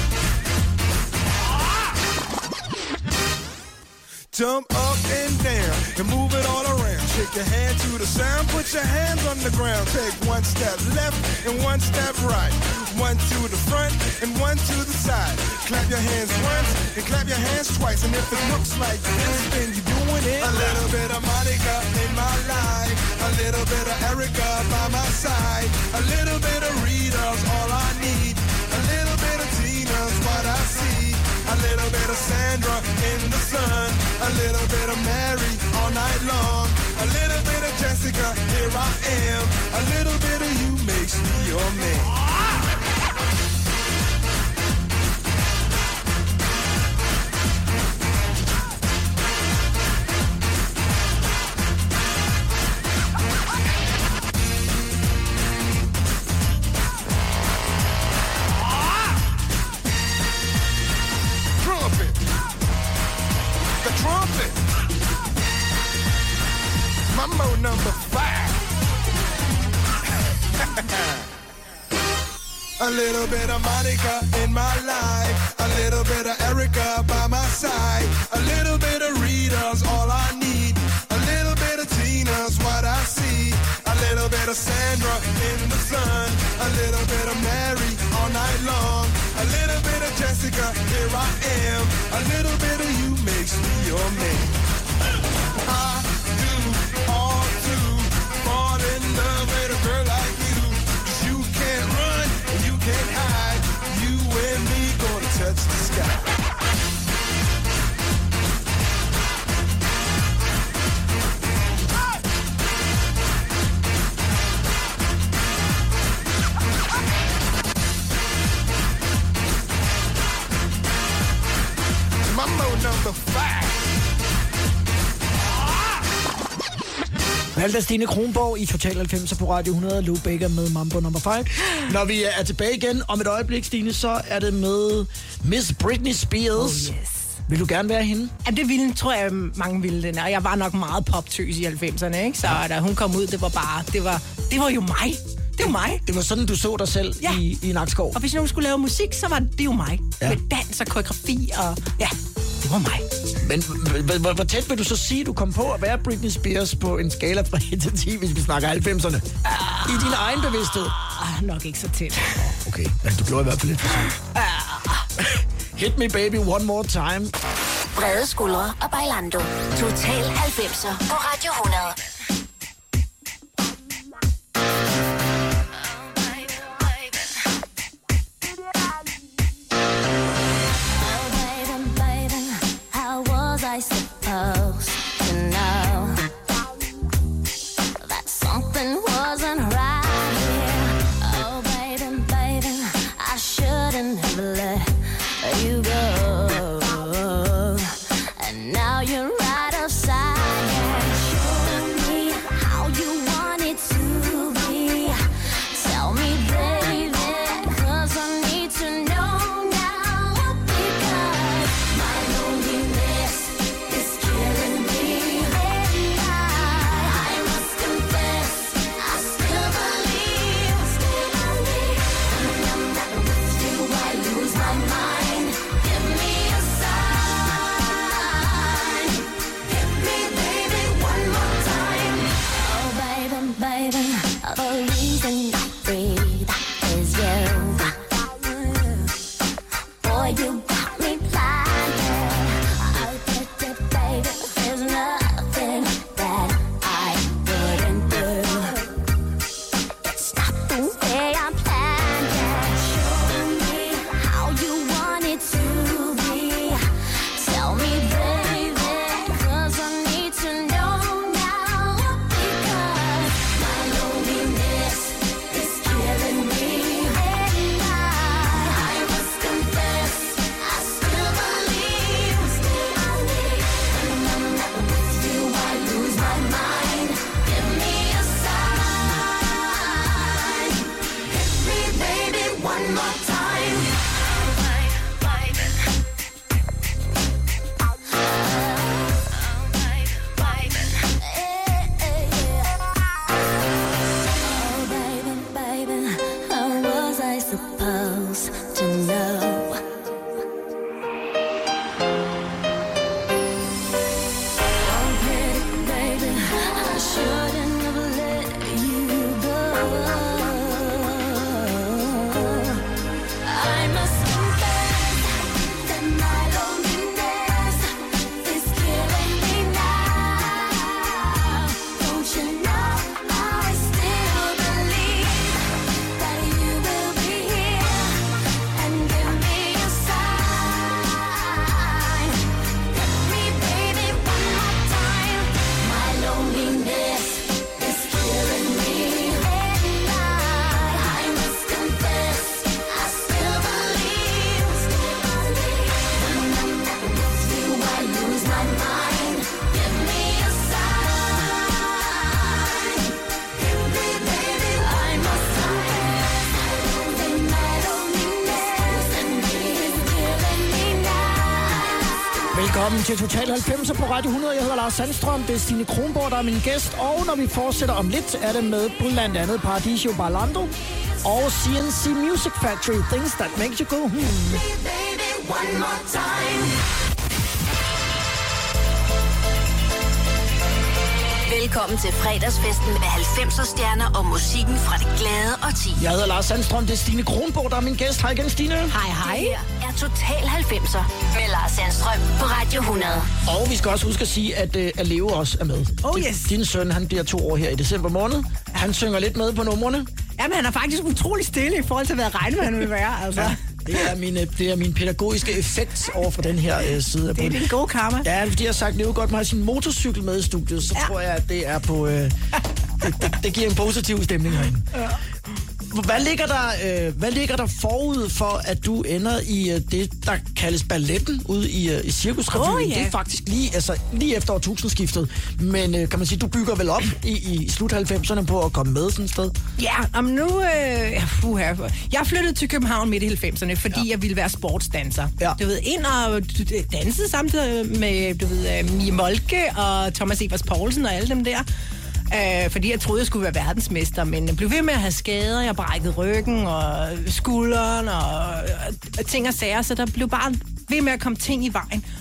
Speaker 8: Jump up and down and move it all around. Shake your hand to the sound, put your hands on the ground. Take one step left and one step right. One to the front and one to the side. Clap your hands once and clap your hands twice. And if it looks like this, then you're doing it. A little bit of Monica in my life. A little bit of Erica by my side. A little bit of Rita's all I need. A little bit of Tina's what I see. A little bit of Sandra in the sun. A little bit of Mary all night long. A little bit of Jessica, here I am. A little bit of you makes me your man. Trumpet. Mambo number five. A little bit of Monica in my life. A little bit of Erica by my side. A little bit of Rita's all I need. A little bit of Tina's what I see. A little bit of Sandra in the sun. A little bit of Mary all night long. A little bit of Jessica, here I am. A little bit of you makes me your man. I do all to fall in love with a girl like you. 'Cause you can't run and you can't hide. You and me gonna touch the sky. Mambo number five.
Speaker 2: Valgte Stine Kronborg i Total halvfemser på Radio hundrede. Lou Baker med Mambo number fem. Når vi er tilbage igen om et øjeblik, Stine, så er det med Miss Britney Spears.
Speaker 3: Oh yes.
Speaker 2: Vil du gerne være hende?
Speaker 3: Jamen, det ville, tror jeg, mange ville den. Og jeg var nok meget poptøs i halvfemserne, ikke? Så da hun kom ud, det var bare... Det var, det var jo mig. Det var mig.
Speaker 2: Det var sådan, du så dig selv
Speaker 3: ja.
Speaker 2: i, i Nakskov.
Speaker 3: Og hvis nogen skulle lave musik, så var det jo mig.
Speaker 2: Ja.
Speaker 3: Med dans og koreografi og... Ja, det var mig.
Speaker 2: Men hvor- hvor hvor tæt vil du så sige, du kom på at være Britney Spears på en skala fra et til ti, hvis vi snakker halvfemserne? I din egen bevidsthed?
Speaker 3: Ah, nok ikke så tæt.
Speaker 2: Okay, men du gjorde i hvert fald lidt for sent. Hit me baby one more time.
Speaker 1: Brede skuldre og Bailando. Total halvfemser på Radio hundrede.
Speaker 7: I supposed to know that something wasn't right here. Oh, baby, baby, I shouldn't have let you go. And now you're right outside and show me how you want it to be. Tell me, baby, 'cause I need to know now because my loneliness is killing me. And I, I must confess, I still believe, still believe. When I'm not with you, I lose my mind. Give me a sign. Hit me, baby, one more time. Oh, baby, baby, the reason I breathe is you. Boy, you got me blinded. Oh, baby, baby, there's nothing that I wouldn't do. It's not the way I planned it. Show me how you want it to be. Tell me, baby, 'cause I need to know now because my loneliness is killing me. And I, I must confess, I still believe, still believe. When I'm not with you, I lose my mind. Give me a sign. Hit me, baby, one more time. Oh, baby, baby, how was I supposed to know? Oh, pretty baby, I shouldn't have let you go. I must confess that my loneliness is killing me now. Don't you know I still believe that you will be here and give me a sign. Hit me, baby, one more time. My loneliness is killing me. And I, I must confess, I still believe, still believe. When I'm not with you, I lose my mind. Give me a sign. Hit me, baby, I must confess. That my loneliness and me is killing me now.
Speaker 2: Velkommen til Total halvfemser på Radio hundrede. Jeg hedder Lars Sandstrøm. Det er Stine Kronborg, der er min gæst. Og når vi fortsætter om lidt, er det med blandt andet Paradiso Bailando og C N C Music Factory. Things that make you go hmm.
Speaker 7: Baby, one more time.
Speaker 1: Velkommen til fredagsfesten med halvfemser stjerner og musikken fra det glade og ti.
Speaker 2: Jeg hedder Lars Sandstrøm. Det er Stine Kronborg, der er min gæst. Hej igen, Stine.
Speaker 3: Hej, hej.
Speaker 1: Det her er Total halvfemser med Lars Sandstrøm på Radio hundrede.
Speaker 2: Og vi skal også huske at sige, at, uh, at Leo også er med.
Speaker 3: Oh,
Speaker 2: Din-
Speaker 3: yes.
Speaker 2: Din søn, han bliver to år her i december måned. Han synger lidt med på numrene.
Speaker 3: Jamen, han er faktisk utrolig stille i forhold til, hvad jeg regner med, han vil være. Altså.
Speaker 2: Ja, det er min, øh, det er min pædagogiske effekt over for den her uh, side af
Speaker 3: Det er
Speaker 2: bunden.
Speaker 3: din gode karma.
Speaker 2: Ja, fordi jeg har sagt, at Leo godt må have sin motorcykel med i studiet, så ja.
Speaker 3: Ja.
Speaker 2: tror jeg, at det er på... Øh, det, det, det giver en positiv stemning herinde. Ja. Hvad ligger, der, øh, hvad ligger der forud for, at du ender i øh, det, der kaldes balletten ude i, øh, i Cirkusrevyen?
Speaker 3: Åh, ja.
Speaker 2: Det er faktisk lige, altså, lige efter årtusindskiftet. Men øh, kan man sige, du bygger vel op i, i slut halvfemserne på at komme med sådan et sted?
Speaker 3: Ja, om nu... Øh, uh, jeg flyttede til København midt i halvfemserne, fordi ja. jeg ville være sportsdanser.
Speaker 2: Ja.
Speaker 3: Du ved, ind og danse samtidig med, du ved, uh, Mie Moltke og Thomas Evers Poulsen og alle dem der. Uh, fordi jeg troede, jeg skulle være verdensmester, men jeg blev ved med at have skader. Jeg brækkede ryggen og skulderen og, og ting og sager, så der blev bare ved med at komme ting i vejen.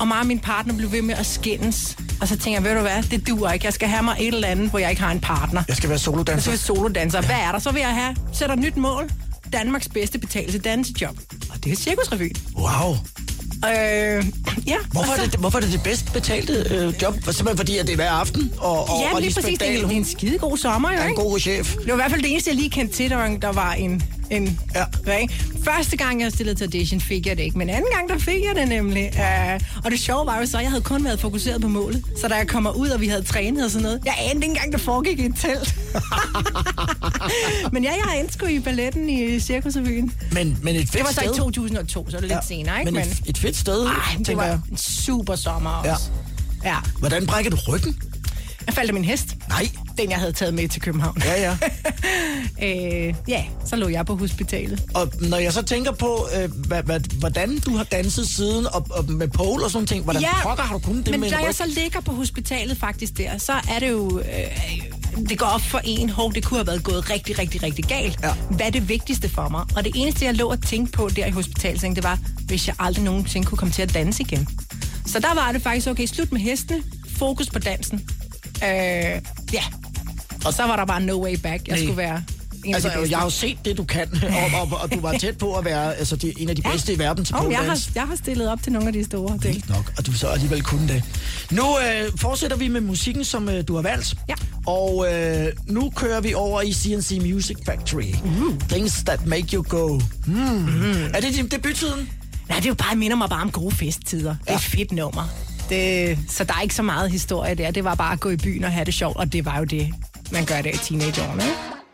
Speaker 3: Og mig og min partner blev ved med at skændes. Og så tænker jeg, ved du hvad, det duer ikke. Jeg skal have mig et eller andet, hvor jeg ikke har en partner.
Speaker 2: Jeg skal være solodanser.
Speaker 3: Jeg skal være solodanser. Hvad er der? Så vil jeg have, sætter et nyt mål. Danmarks bedste betalte dansejob. Og det er Cirkusrevyen.
Speaker 2: Wow.
Speaker 3: Øh, ja.
Speaker 2: Hvorfor er, det, hvorfor er det det bedst betalte øh, job? Simpelthen fordi, at det er hver aften? Og, og,
Speaker 3: ja,
Speaker 2: og
Speaker 3: lige præcis. Det er, det er en skidegod sommer, jo,
Speaker 2: er en
Speaker 3: ikke?
Speaker 2: god chef.
Speaker 3: Det var i hvert fald det eneste, jeg lige kendte til, der var, der var en... en
Speaker 2: ja.
Speaker 3: Ikke? Første gang, jeg stillede til audition, fik jeg det ikke. Men anden gang, der fik jeg det nemlig. Uh, og det sjove var jo så, at jeg havde kun været fokuseret på målet. Så da jeg kommer ud, og vi havde trænet og sådan noget, jeg anede ikke engang, der foregik i et telt. Men ja, jeg har indskud i balletten i Cirkusrevyen.
Speaker 2: Men, men et fedt sted.
Speaker 3: Det var så i to tusind og to, så er det ja. lidt senere, ikke?
Speaker 2: Men, men et, et fedt sted,
Speaker 3: ej, det var en super sommer også. Ja. Ja.
Speaker 2: Hvordan brækker du ryggen?
Speaker 3: Jeg faldt af min hest.
Speaker 2: Nej.
Speaker 3: Den, jeg havde taget med til København.
Speaker 2: Ja, ja.
Speaker 3: øh, ja, så lå jeg på hospitalet.
Speaker 2: Og når jeg så tænker på, øh, hvad, hvad, hvordan du har danset siden, og, og med pole og sådan ting, hvordan
Speaker 3: ja,
Speaker 2: pokker har du kunnet det
Speaker 3: men
Speaker 2: med
Speaker 3: da
Speaker 2: en ryg?
Speaker 3: jeg så ligger på hospitalet faktisk der, så er det jo... Øh, det går op for en, hov, det kunne have været gået rigtig, rigtig, rigtig galt.
Speaker 2: Ja.
Speaker 3: Hvad er det vigtigste for mig? Og det eneste, jeg lå at tænke på der i hospitalet, det var, hvis jeg aldrig nogensinde kunne komme til at danse igen. Så der var det faktisk, okay, slut med hestene, fokus på dansen. Øh, ja. Og så var der bare no way back. Jeg
Speaker 2: Nej.
Speaker 3: skulle være en
Speaker 2: altså,
Speaker 3: af de bedste.
Speaker 2: jeg har jo set det, du kan, og, og, og du var tæt på at være altså, de, en af de bedste ja. i verden til
Speaker 3: oh,
Speaker 2: pole
Speaker 3: jeg har,
Speaker 2: dance.
Speaker 3: jeg har stillet op til nogle af de store ting.
Speaker 2: Vildt nok, og du så alligevel kunne det. Nu øh, fortsætter vi med musikken, som øh, du har valgt.
Speaker 3: Ja.
Speaker 2: Og øh, nu kører vi over i C and C Music Factory. Mm. Things That Make You Go. Mm. Mm. Er det din debuttiden?
Speaker 3: Nej, det er jo bare, minder mig bare om gode festtider. Ja. Det er et fedt nummer. Det, så der er ikke så meget historie der. Det var bare at gå i byen og have det sjovt, og det var jo det, man gør det i teenageårene.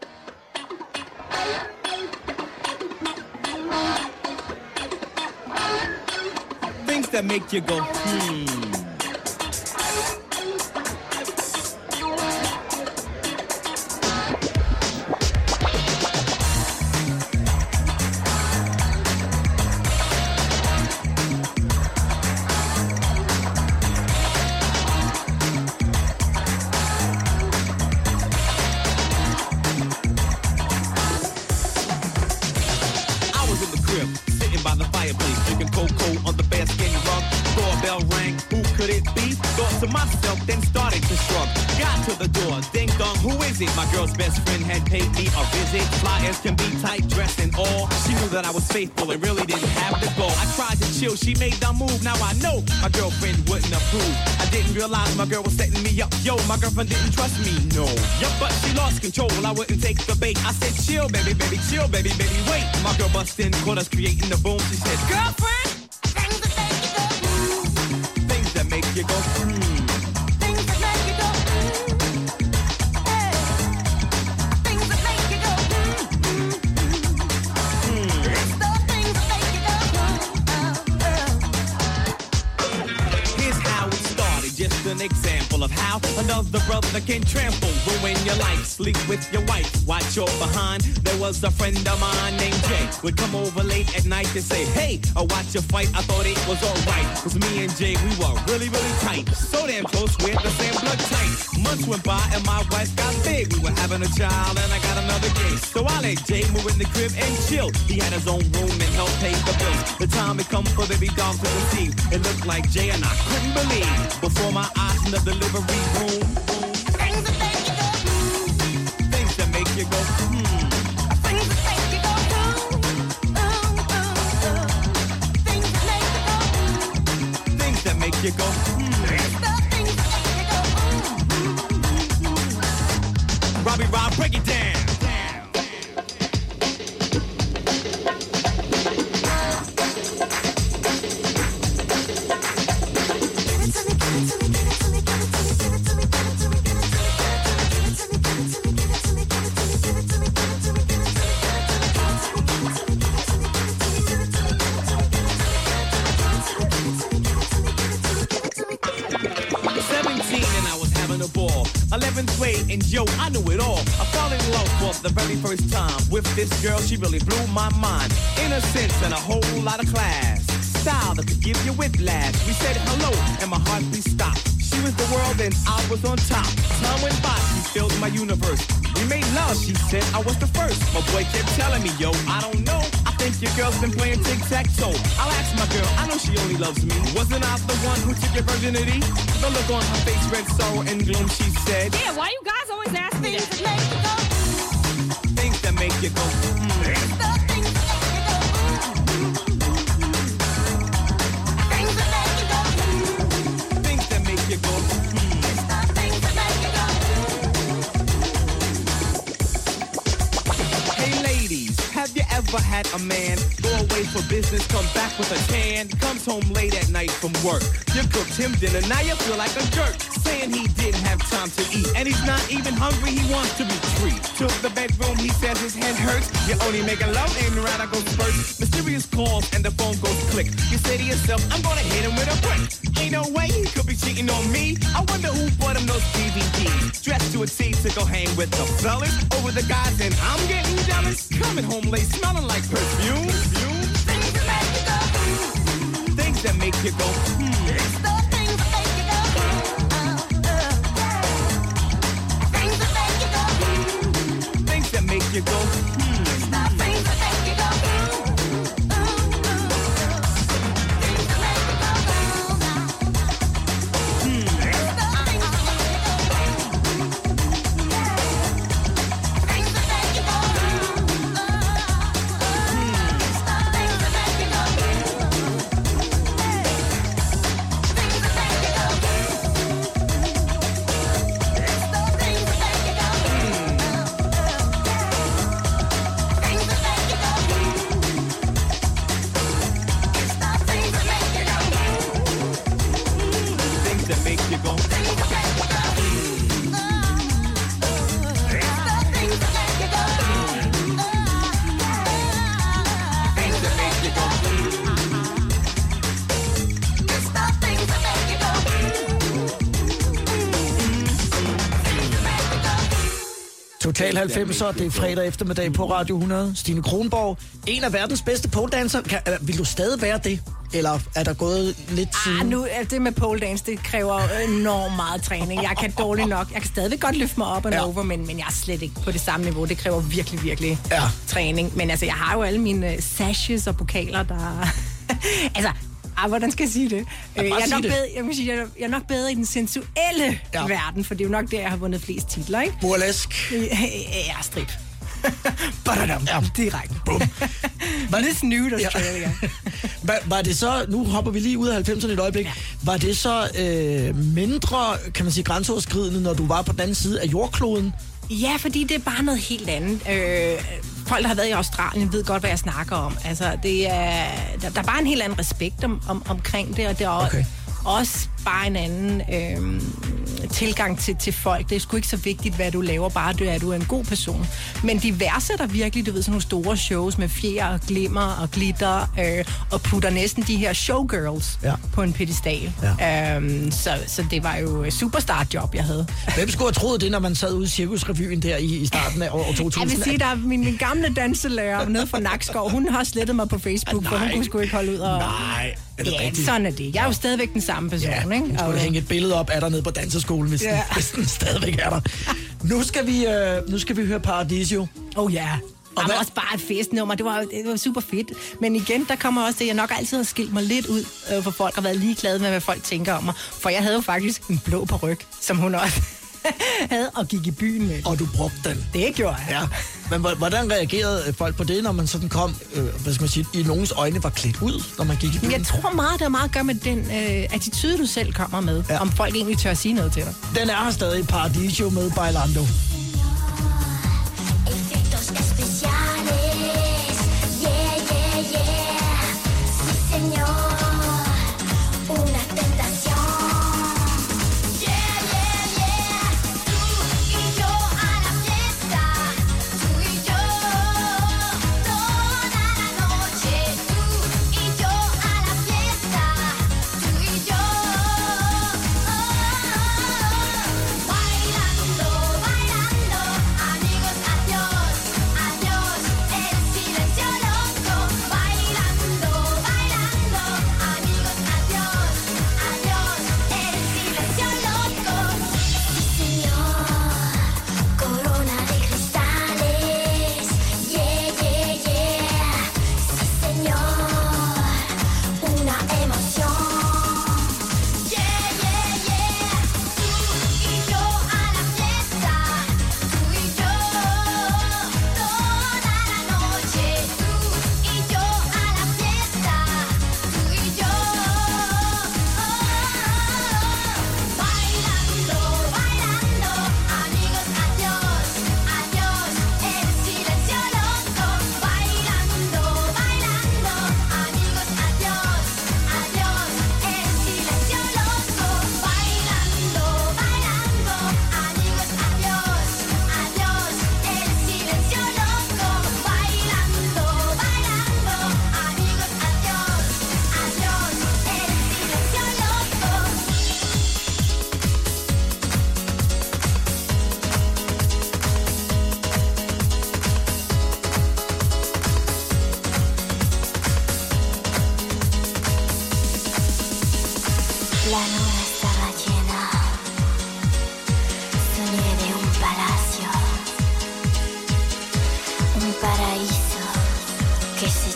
Speaker 6: Things that make you go, hmm.
Speaker 9: To myself, then started to shrug. Got to the door, ding dong, who is it? My girl's best friend had paid me a visit. Fly as can be, tight dressed and all. She knew that I was faithful and really didn't have to go. I tried to chill, she made the move. Now I know my girlfriend wouldn't approve. I didn't realize my girl was setting me up. Yo, my girlfriend didn't trust me, no. Yup, but she lost control. I wouldn't take the bait. I said, chill, baby, baby, chill, baby, baby, wait. My girl bust in, caught us creating the boom. She said, girlfriend, things that make you go, mm. Things that make you go, mm. An example of how another brother can trample, ruin your life, sleep with your wife, watch your behind. There was a friend of mine named Jay, would come over late at night and say, hey, I watch your fight, I thought it was alright, cause me and Jay, we were really, really tight, so damn close, we're the same blood type. Months went by and my wife got big, we were having a child and I got another kid, so I let Jay move in the crib and chill. He had his own room and helped pay the bills. The time had come for baby doll to conceive. It looked like Jay and I couldn't believe, before my eyes in the delivery room. Things that make you go, hmm. Things that make you go, hmm. Things that make you go, hmm. Oh, oh, oh. Things that make you go, hmm. Things that make you go, hmm. Things that make you go, hmm. Robbie Rob, break it down. eleventh grade and yo, I knew it all. I fell in love for the very first time with this girl, she really blew my mind. Innocence and a whole lot of class, style that could give you whiplash. We said hello and my heartbeat stopped. She She was the world and I was on top. Time went by, she filled my universe. We made love, she said I was the first. My boy kept telling me, yo, I don't know. I think your girl's been playing tic-tac-toe. I'll ask my girl, I know she only loves me. Wasn't I the one who took your virginity? The look on her face, red sorrow and gloom, she said.
Speaker 5: Yeah, why you guys always ask me that?
Speaker 9: Things that make you go, hmm. Have you ever had a man go away for business, come back with a can, comes home late at night from work? You cooked him dinner, now you feel like a jerk, saying he didn't have time to eat, and he's not even hungry, he wants to be treated. To the bedroom, he says his head hurts, you're only making love, aiming around, I go first. Mysterious calls and the phone goes click. You say to yourself, I'm gonna hit him with a brick. Ain't no way he could be cheating on me. I wonder who bought him those D V Ds. Dressed to a T to go hang with the fellas, over the guys, and I'm getting jealous. Coming home late, smelling like perfume. perfume. Things that make you go, hmm. Things that make you go, hmm. It's the things that make you go, uh, uh. Things that make you go, hmm. Things that make you go, hmm. It's the things that make you go, uh, uh. Things that make you go, hmm. It's the things that make you go, things that make you go,
Speaker 2: Total halvfemser, det er fredag eftermiddag på Radio hundrede. Stine Kronborg, en af verdens bedste poledancer. Kan, vil du stadig være det? Eller er der gået lidt siden?
Speaker 3: Ah, nu er det med pole dance, det kræver enormt meget træning. Jeg kan dårligt nok. Jeg kan stadig godt løfte mig op og ja. over, men, men jeg er slet ikke på det samme niveau. Det kræver virkelig, virkelig ja. træning. Men altså, jeg har jo alle mine uh, sashes og pokaler, der... altså... Ah, hvordan skal jeg sige det? Jeg, jeg, er, nok bedre, jeg, må sige, jeg, er, jeg er nok bedre i den sensuelle ja. verden, for det er jo nok der, jeg har vundet flest titler, ikke?
Speaker 2: Burlesk.
Speaker 3: Ja, strip. Badadam. Ja. Direkte.
Speaker 2: Bum.
Speaker 3: Var det snydt, Australia?
Speaker 2: var, var det så, nu hopper vi lige ud af halvfemserne et øjeblik, ja. var det så øh, mindre, kan man sige, grænseoverskridende, når du var på den anden side af jordkloden?
Speaker 3: Ja, fordi det er bare noget helt andet. Øh, folk, der har været i Australien, ved godt, hvad jeg snakker om. Altså, det er, der, der er bare en helt anden respekt om, om, omkring det, og det er okay. også bare en anden øh, tilgang til, til folk. Det er sgu ikke så vigtigt, hvad du laver, bare det er, at du er en god person. Men de værdsætter virkelig, du ved, sådan nogle store shows med fjer og glimmer og glitter, øh, og putter næsten de her showgirls ja. på en pedestal. Ja. Øhm, så, så det var jo et superstar-job, jeg havde. Hvem
Speaker 2: skulle have troet det, når man sad ude i Cirkusrevyen der i, i starten af år to tusind?
Speaker 3: Jeg vil sige, der er min, min gamle danselærer nede fra Nakskov, hun har slettet mig på Facebook, for hun kunne sgu ikke holde ud og...
Speaker 2: Nej, er det
Speaker 3: ja,
Speaker 2: rigtigt?
Speaker 3: Sådan er det. Jeg er jo stadigvæk den samme person,
Speaker 2: ja,
Speaker 3: ikke?
Speaker 2: Du skulle hænge et billede op af dig nede på danserskolen, hvis, ja. den, hvis den stadigvæk er der. Nu skal vi, øh, nu skal vi høre Paradiso.
Speaker 3: Oh ja. Og det var også bare et festnummer. Det var, det var super fedt. Men igen, der kommer også det, jeg nok altid har skilt mig lidt ud øh, for folk og været ligeglade med, hvad folk tænker om mig. For jeg havde jo faktisk en blå paryk, som hun også havde og gik i byen med.
Speaker 2: Og du brugte den.
Speaker 3: Det gjorde jeg.
Speaker 2: Ja. Men hvordan reagerede folk på det, når man sådan kom, øh, hvad skal man sige, i nogens øjne var klædt ud, når man gik i byen?
Speaker 3: Jeg tror meget, det har meget at gøre med den øh, attitude, du selv kommer med. Ja. Om folk egentlig tør at sige noget til dig.
Speaker 2: Den er her stadig, Paradiso med Bailando.
Speaker 10: Bailando, bailando.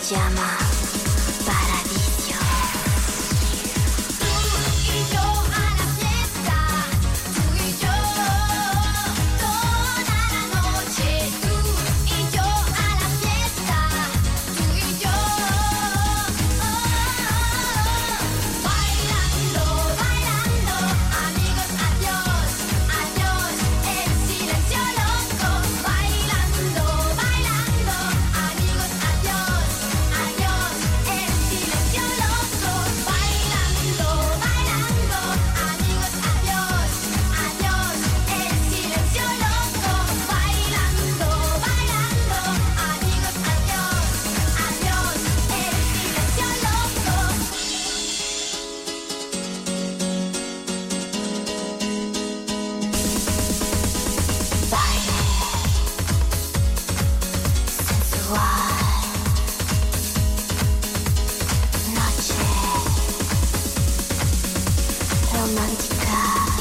Speaker 1: se llama Paradiso.
Speaker 5: Tú y yo a la fiesta, tú y yo toda la noche. Tú y yo a la fiesta, tú y yo bailando, bailando, amigos, adiós, adiós, el silencio loco. Bailando, bailando, amigos, adiós, adiós, el silencio loco. Bailando, bailando, amigos, adiós, adiós, el silencio loco. Bailando, bailando, amigos, adiós, adiós, el silencio loco. Baile sensual, noche romántica,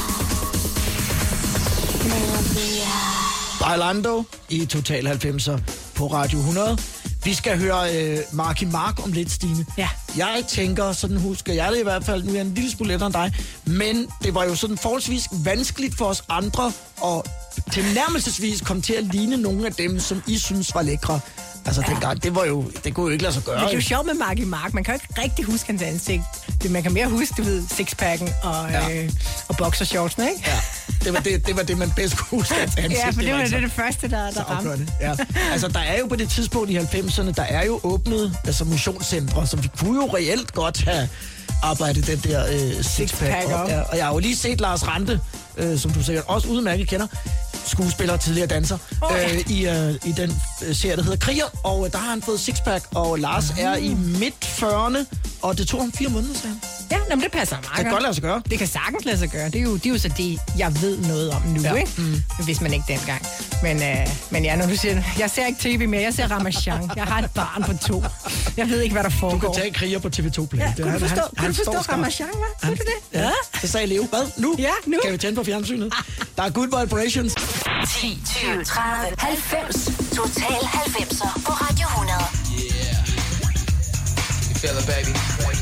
Speaker 5: melodía.
Speaker 2: Bailando i Total halvfemser på Radio hundrede. Vi skal høre øh, Marky Mark om lidt, Stine.
Speaker 3: Ja.
Speaker 2: Jeg tænker, sådan husker jeg det i hvert fald, nu er jeg en lille smule ældre end dig, men det var jo sådan forholdsvis vanskeligt for os andre at tilnærmelsesvis komme til at ligne nogle af dem, som I synes var lækre. Altså ja. dengang, det var jo, det kunne jo ikke lade sig gøre.
Speaker 3: Men det er jo
Speaker 2: jo.
Speaker 3: sjovt med Marky Mark. Man kan jo ikke rigtig huske hans ansigt. Det, man kan mere huske, du ved, sixpacken og,
Speaker 2: Ja.
Speaker 3: øh, og boxershortsene, ikke?
Speaker 2: Ja, det var det, det var det, man bedst kunne huske. Hans ansigt.
Speaker 3: Ja, for det
Speaker 2: var
Speaker 3: var
Speaker 2: ikke
Speaker 3: det,
Speaker 2: så-
Speaker 3: det første, der,
Speaker 2: så
Speaker 3: der ramte.
Speaker 2: afgørende. Ja. Altså, der er jo på det tidspunkt i halvfemserne, der er jo åbnet altså motionscentre, så vi kunne jo reelt godt have arbejdet den der øh, sixpack
Speaker 3: Sixpack
Speaker 2: op.
Speaker 3: op.
Speaker 2: Ja, og jeg har jo lige set Lars Rante, øh, som du sikkert også udmærket kender, skuespiller og tidligere danser,
Speaker 3: Åh, ja.
Speaker 2: øh, i, øh, i den øh, serie, der hedder Kriger, og øh, der har han fået sixpack, og Lars er i midt fyrrerne, og det tog ham fire måneder, sagde han.
Speaker 3: Ja, nå, men det passer meget
Speaker 2: Det kan godt lade sig gøre.
Speaker 3: Det kan sagtens lade sig gøre. Det er jo, det er jo så det, jeg ved noget om nu,
Speaker 2: Ja.
Speaker 3: ja. ikke? Mm. Hvis man ikke dengang. Men, øh, men ja, når du siger, jeg ser ikke tv mere, jeg ser Ramachan. Jeg har et barn på to. Jeg ved ikke, hvad der
Speaker 2: Du
Speaker 3: foregår.
Speaker 2: kan tage Kriger på T V to Play.
Speaker 3: Ja,
Speaker 2: Det er
Speaker 3: kunne du
Speaker 2: han-
Speaker 3: forstå,
Speaker 2: han-
Speaker 3: kunne
Speaker 2: han
Speaker 3: du forstå
Speaker 2: står skarpt.
Speaker 3: Ramachan, hva'? Kunne du det?
Speaker 2: Ja, det sagde Leo. Hvad? Nu?
Speaker 3: Ja, nu.
Speaker 2: Kan vi tænde på fjernsynet? Der er Good Vibrations.
Speaker 1: ti, tyve, tredive, halvfems. Total halvfemser på Radio hundrede.
Speaker 10: Yeah. You feel it, baby?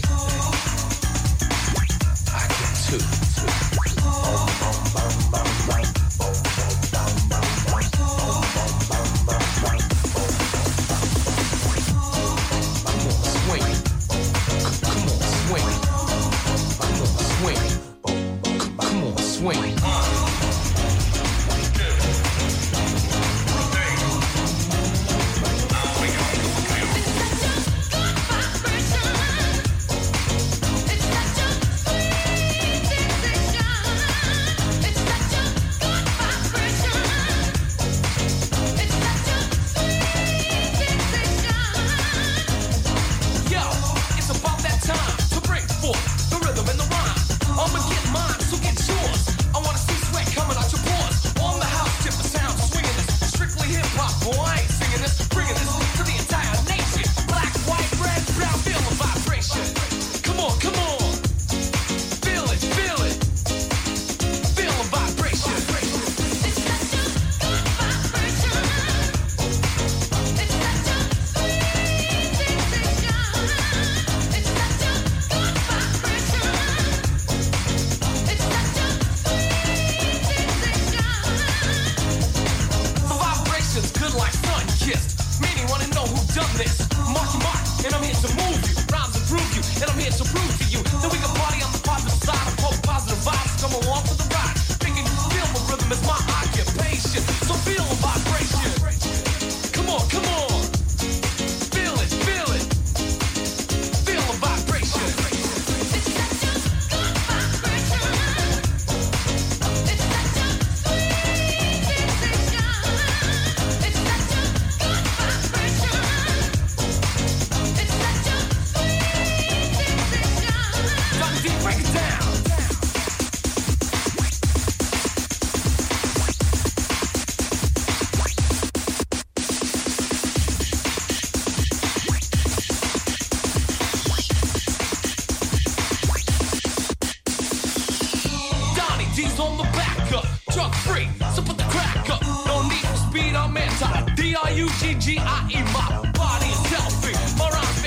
Speaker 10: I can too. Come on, swing. Come on, swing. Come on, swing. Come on, swing. Yo, it's about that time to bring forth the rhythm and the rhyme. I'ma get mine, so get yours. I wanna see sweat coming out your pores. On the house, tip the sound, swinging this. Strictly hip hop, boy, I ain't singing this. Bringing this to the entire nation. Black, white, red, brown, feel the vibration. Come on, come on. Feel it, feel it. Feel the vibration. The vibration's good like sun kissed. Meaning wanna know who done this. Mark your mark, and I'm here to move you. Rhymes improve you, and I'm here to prove to you that we can party on the positive side of both positive vibes. Come along for the ride. Thinking you feel the rhythm is my occupation. So feel the vibration. Come on, come on. Feel it, feel it. Feel the vibration. Doctor D, break it down. Donnie D's on the back up, drug free, so put the crack up. No need for speed, I'm anti. D R U G G I E, my body is healthy. My rhymes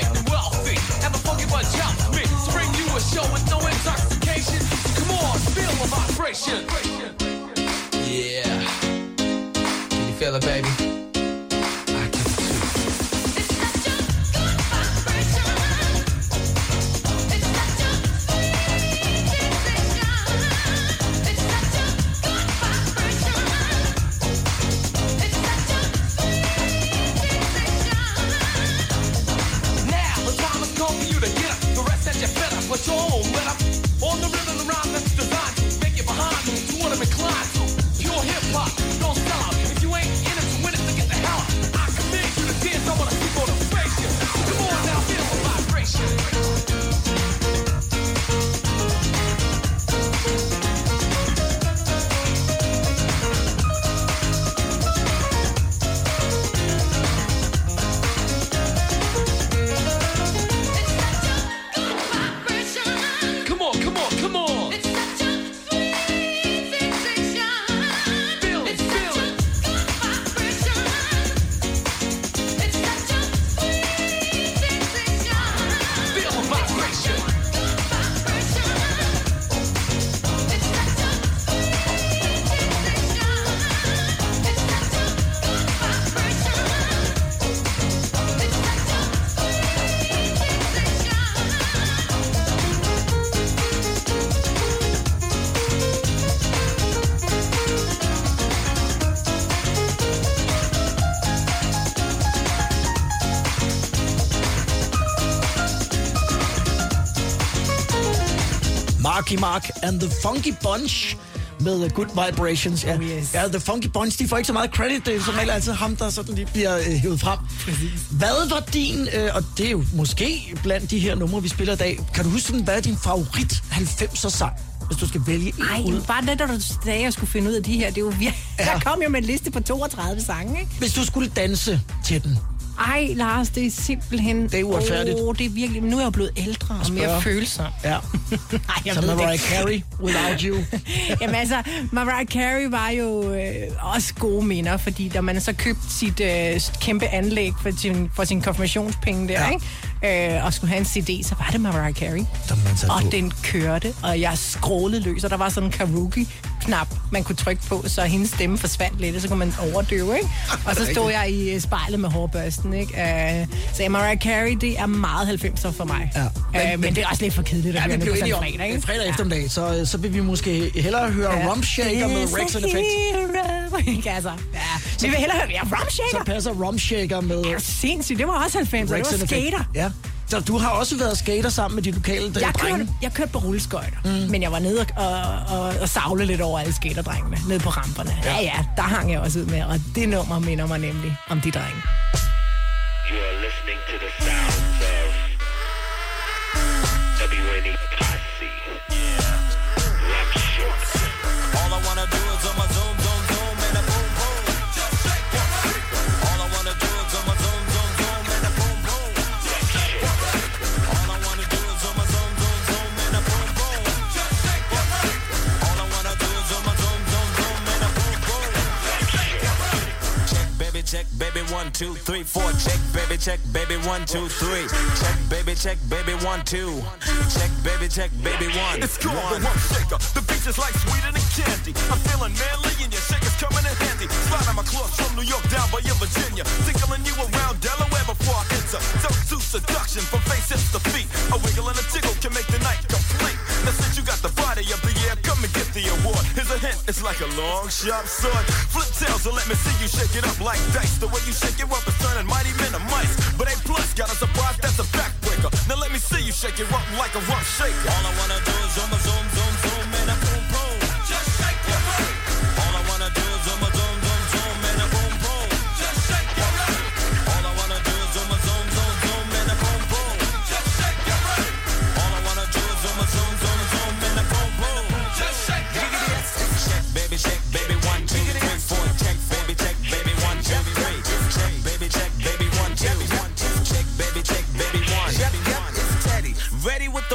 Speaker 10: show with no intoxication. Come on, feel the vibration. Yeah. Can you feel it, baby? I can too.
Speaker 5: It's such a good vibration. It's such a sweet sensation. It's such a good vibration. It's such a sweet sensation.
Speaker 10: Now the time has come for you to get up. The rest that you fed up, put your own let up. On the rhythm and rhyme that's designed to make you behind them to what I'm inclined to. Pure hip hop, don't stop. If you ain't in it to win it, then get the hell out. I command you to dance. I wanna see motivation. Come on now, feel the vibration. Come on, come on, come on.
Speaker 5: It's such a sweet sensation.
Speaker 10: Feel it,
Speaker 5: It's
Speaker 10: feel
Speaker 5: such a
Speaker 10: it.
Speaker 5: good vibration. It's such a sweet sensation.
Speaker 10: Feel the vibration.
Speaker 5: Good vibration. It's such a sweet sensation. It's such a good vibration. It's such a
Speaker 2: Marky Mark and the Funky Bunch med Good Vibrations. Ja,
Speaker 3: Oh, yes.
Speaker 2: ja, The Funky Bunch, de får ikke så meget credit. Det er som regel altid ham, der sådan lige bliver øh, hævet frem.
Speaker 3: Præcis.
Speaker 2: Hvad var din, øh, og det er jo måske blandt de her numre, vi spiller i dag, kan du huske, sådan, hvad er din favorit halvfemser sang, hvis du skal vælge en
Speaker 3: Ej,
Speaker 2: ud?
Speaker 3: bare det, da du sagde, jeg skulle finde ud af de her, det er jo virkelig...
Speaker 2: Ja.
Speaker 3: Der kom jo med en liste på toogtredive sange, ikke?
Speaker 2: Hvis du skulle danse til den.
Speaker 3: Ej, Lars, det er simpelthen...
Speaker 2: Det er uretfærdigt.
Speaker 3: Åh, det er virkelig... Men nu er jeg jo blevet ældre og mere
Speaker 2: spørge.
Speaker 3: følsom.
Speaker 2: Ja.
Speaker 3: Nej, jeg
Speaker 2: Så
Speaker 3: ved det
Speaker 2: Mariah
Speaker 3: ikke.
Speaker 2: Carey, Without You.
Speaker 3: Jamen altså, Mariah Carey var jo øh, også gode minder, fordi da man så købte sit øh, kæmpe anlæg for sin, for sin konfirmationspenge der,
Speaker 2: Ja.
Speaker 3: ikke? Øh, og skulle have en C D, så var det Mariah Carey.
Speaker 2: Der man satte
Speaker 3: Og
Speaker 2: på.
Speaker 3: den kørte, og jeg skrålede løs, og der var sådan en karaoke-knap, man kunne trykke på, så hendes stemme forsvandt lidt, og så kunne man overdøve, ikke? Og så stod jeg i spejlet med hårbørsten, ikke? Øh, så Mariah Carey, det er meget halvfemser for mig.
Speaker 2: Ja.
Speaker 3: Men,
Speaker 2: Men-
Speaker 3: øh, men det er også lidt for kedeligt at
Speaker 2: Ja,
Speaker 3: høre
Speaker 2: vi
Speaker 3: nu
Speaker 2: blev
Speaker 3: på sådan
Speaker 2: enige
Speaker 3: en
Speaker 2: om
Speaker 3: fredag, ikke?
Speaker 2: fredag eftermiddag, så, så vil vi måske hellere høre
Speaker 3: Ja.
Speaker 2: Rum Shaker med
Speaker 3: Yes,
Speaker 2: Rex and
Speaker 3: a
Speaker 2: Effect.
Speaker 3: hero. Ikke, altså. Ja. Vi vil hellere høre ja, Rum
Speaker 2: Så
Speaker 3: Shaker.
Speaker 2: passer Rum Shaker med
Speaker 3: Det er sindssygt, det var også halvfemser, det
Speaker 2: Rex
Speaker 3: var
Speaker 2: and Effect.
Speaker 3: skater.
Speaker 2: Ja. Så du har også været skater sammen med de lokale
Speaker 3: Jeg kørte,
Speaker 2: drenge?
Speaker 3: jeg kørte på rulleskøjter, mm. men jeg var nede og, og, og, og savle lidt over alle skaterdrengene, nede på ramperne. Ja. ja, ja, der hang jeg også ud med, og det nummer minder mig nemlig om de drenge.
Speaker 11: You are listening to the sounds of W N E Posse. Rum Shaker.
Speaker 6: All I wanna do is on my zoom, zoom, zoom, and a boom, boom. Just shake your body. All I wanna do is on my zoom, zoom, zoom, and a boom, boom. Just shake your body. All I wanna do is on my zoom, zoom, zoom, and a boom, boom. Just shake your body. All I wanna do is on my zoom, zoom, zoom, and a boom, boom. Just shake your body. Check, baby, check, baby, one, two, three, four. Check, baby, check, baby, one, two, three. Check, baby, check, baby, one, two. Check, baby, check, baby, one.
Speaker 12: It's called
Speaker 6: one.
Speaker 12: the Rum Shaker. The beach is like sweeter than candy. I'm feeling manly and your shaker's coming in handy. Slide on my clothes from New York down by your Virginia. Tickling you around Delaware before I enter. Don't do seduction from face hips to feet. A wiggle and a jiggle can make the night complete. Now since you got the body of the year, come and get the award. Here's a hint, it's like a long sharp sword. Flip tails and let me see you shake it up like dice. The way you shake it up is turning mighty men to mice. But A plus got a surprise that's a backbreaker. Now let me see you shake it up like a rum shaker.
Speaker 6: All I wanna do is zoom, zoom, zoom, zoom, and a boom, boom.
Speaker 12: Just shake your body.
Speaker 6: All I wanna do is zoom, zoom, zoom, zoom, and a boom, boom.
Speaker 12: Just shake your body.
Speaker 6: All I wanna do is zoom, zoom, zoom, zoom, and a boom, boom.
Speaker 12: Just shake your body.
Speaker 6: All I wanna do is zoom, zoom, zoom, zoom, and a boom, boom.
Speaker 12: Just shake your body.
Speaker 6: Check, baby, check, baby, one, two, three, four. Check, baby, check, baby, one, two, three. Check, baby, check, baby, one, two. Check, baby, check, baby, one.
Speaker 12: Yep, yep, it's Teddy. Ready with the one, two,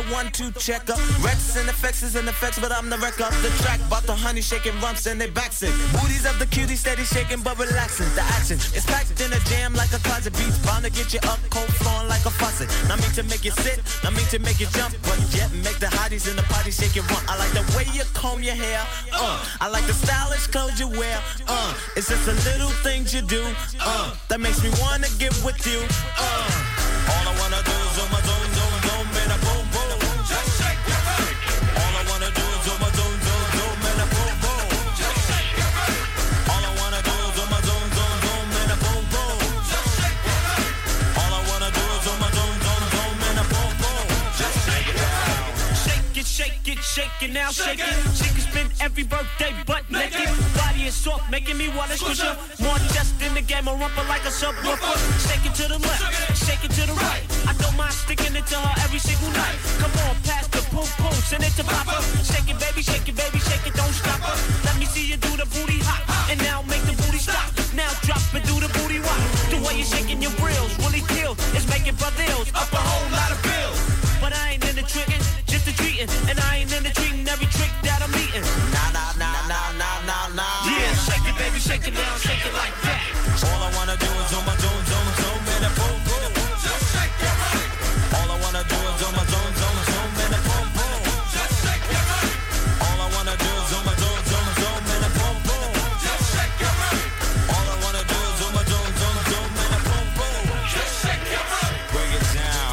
Speaker 13: blue checker. Rex and effects is in effects, but I'm the wreck of the track. Bought the honey shaking rumps and they backs it. Booties of the cutie steady shaking but relaxing. The action is packed in a jam like a closet. Beats bound to get you up cold flowing like a faucet. Not mean to make you sit, not mean to make you jump, but yet make the hotties in the party shake it run. I like the way you comb your hair, uh. I like the stylish clothes you wear, uh. It's just the little things you do, uh. That makes me wanna get with you, uh. All I wanna do is on my zone, zone, zone, man, I boom, boom. Just shake your butt. All I wanna do is on my zone, zone, zone, man, I boom, boom. Just shake your butt. All I wanna do is on my zone, zone, zone, man, I boom, boom. Just shake your butt. All I wanna do is on my zone, zone, zone, man, I boom, boom. Just shake it out.
Speaker 9: Shake it, shake it, shake it now, shake it. She can spend every birthday butt naked. Body is soft, making me wanna squish her. More just in the game, I rumble like a subwoofer. Shake it to the left, shake it to the right. I don't mind sticking it to her every single night. Come on, pass the boom boom, send it to Papa. Shake it, baby, shake it, baby, shake it, don't stop her. Let me see you do the booty hop, and now make the booty stop. Now drop it, do the booty rock. The way you're shaking your grills really kills. It's making brothers up a whole lot of bills. But I ain't in the tricking, just the treating, and I ain't in the treating every trick that I'm eating.
Speaker 13: Nah, nah, nah, nah, nah, nah, nah.
Speaker 9: Yeah, shake it, baby, shake it down, shake it like that.
Speaker 13: All I wanna do is on my zone, zone, zone, man, I boom, boom. Just shake your butt. All I wanna do is on my zone, zone, zone, man, I boom, boom. Just shake your butt. All I wanna do is on my zone, zone, zone, man, I boom, boom. Just shake your butt. All I wanna do is on my zone, zone, zone, man, I boom, boom. Just shake your butt. Bring it down.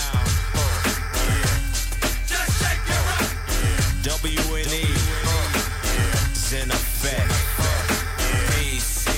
Speaker 13: Just shake your butt. W N E. It's in effect. Peace.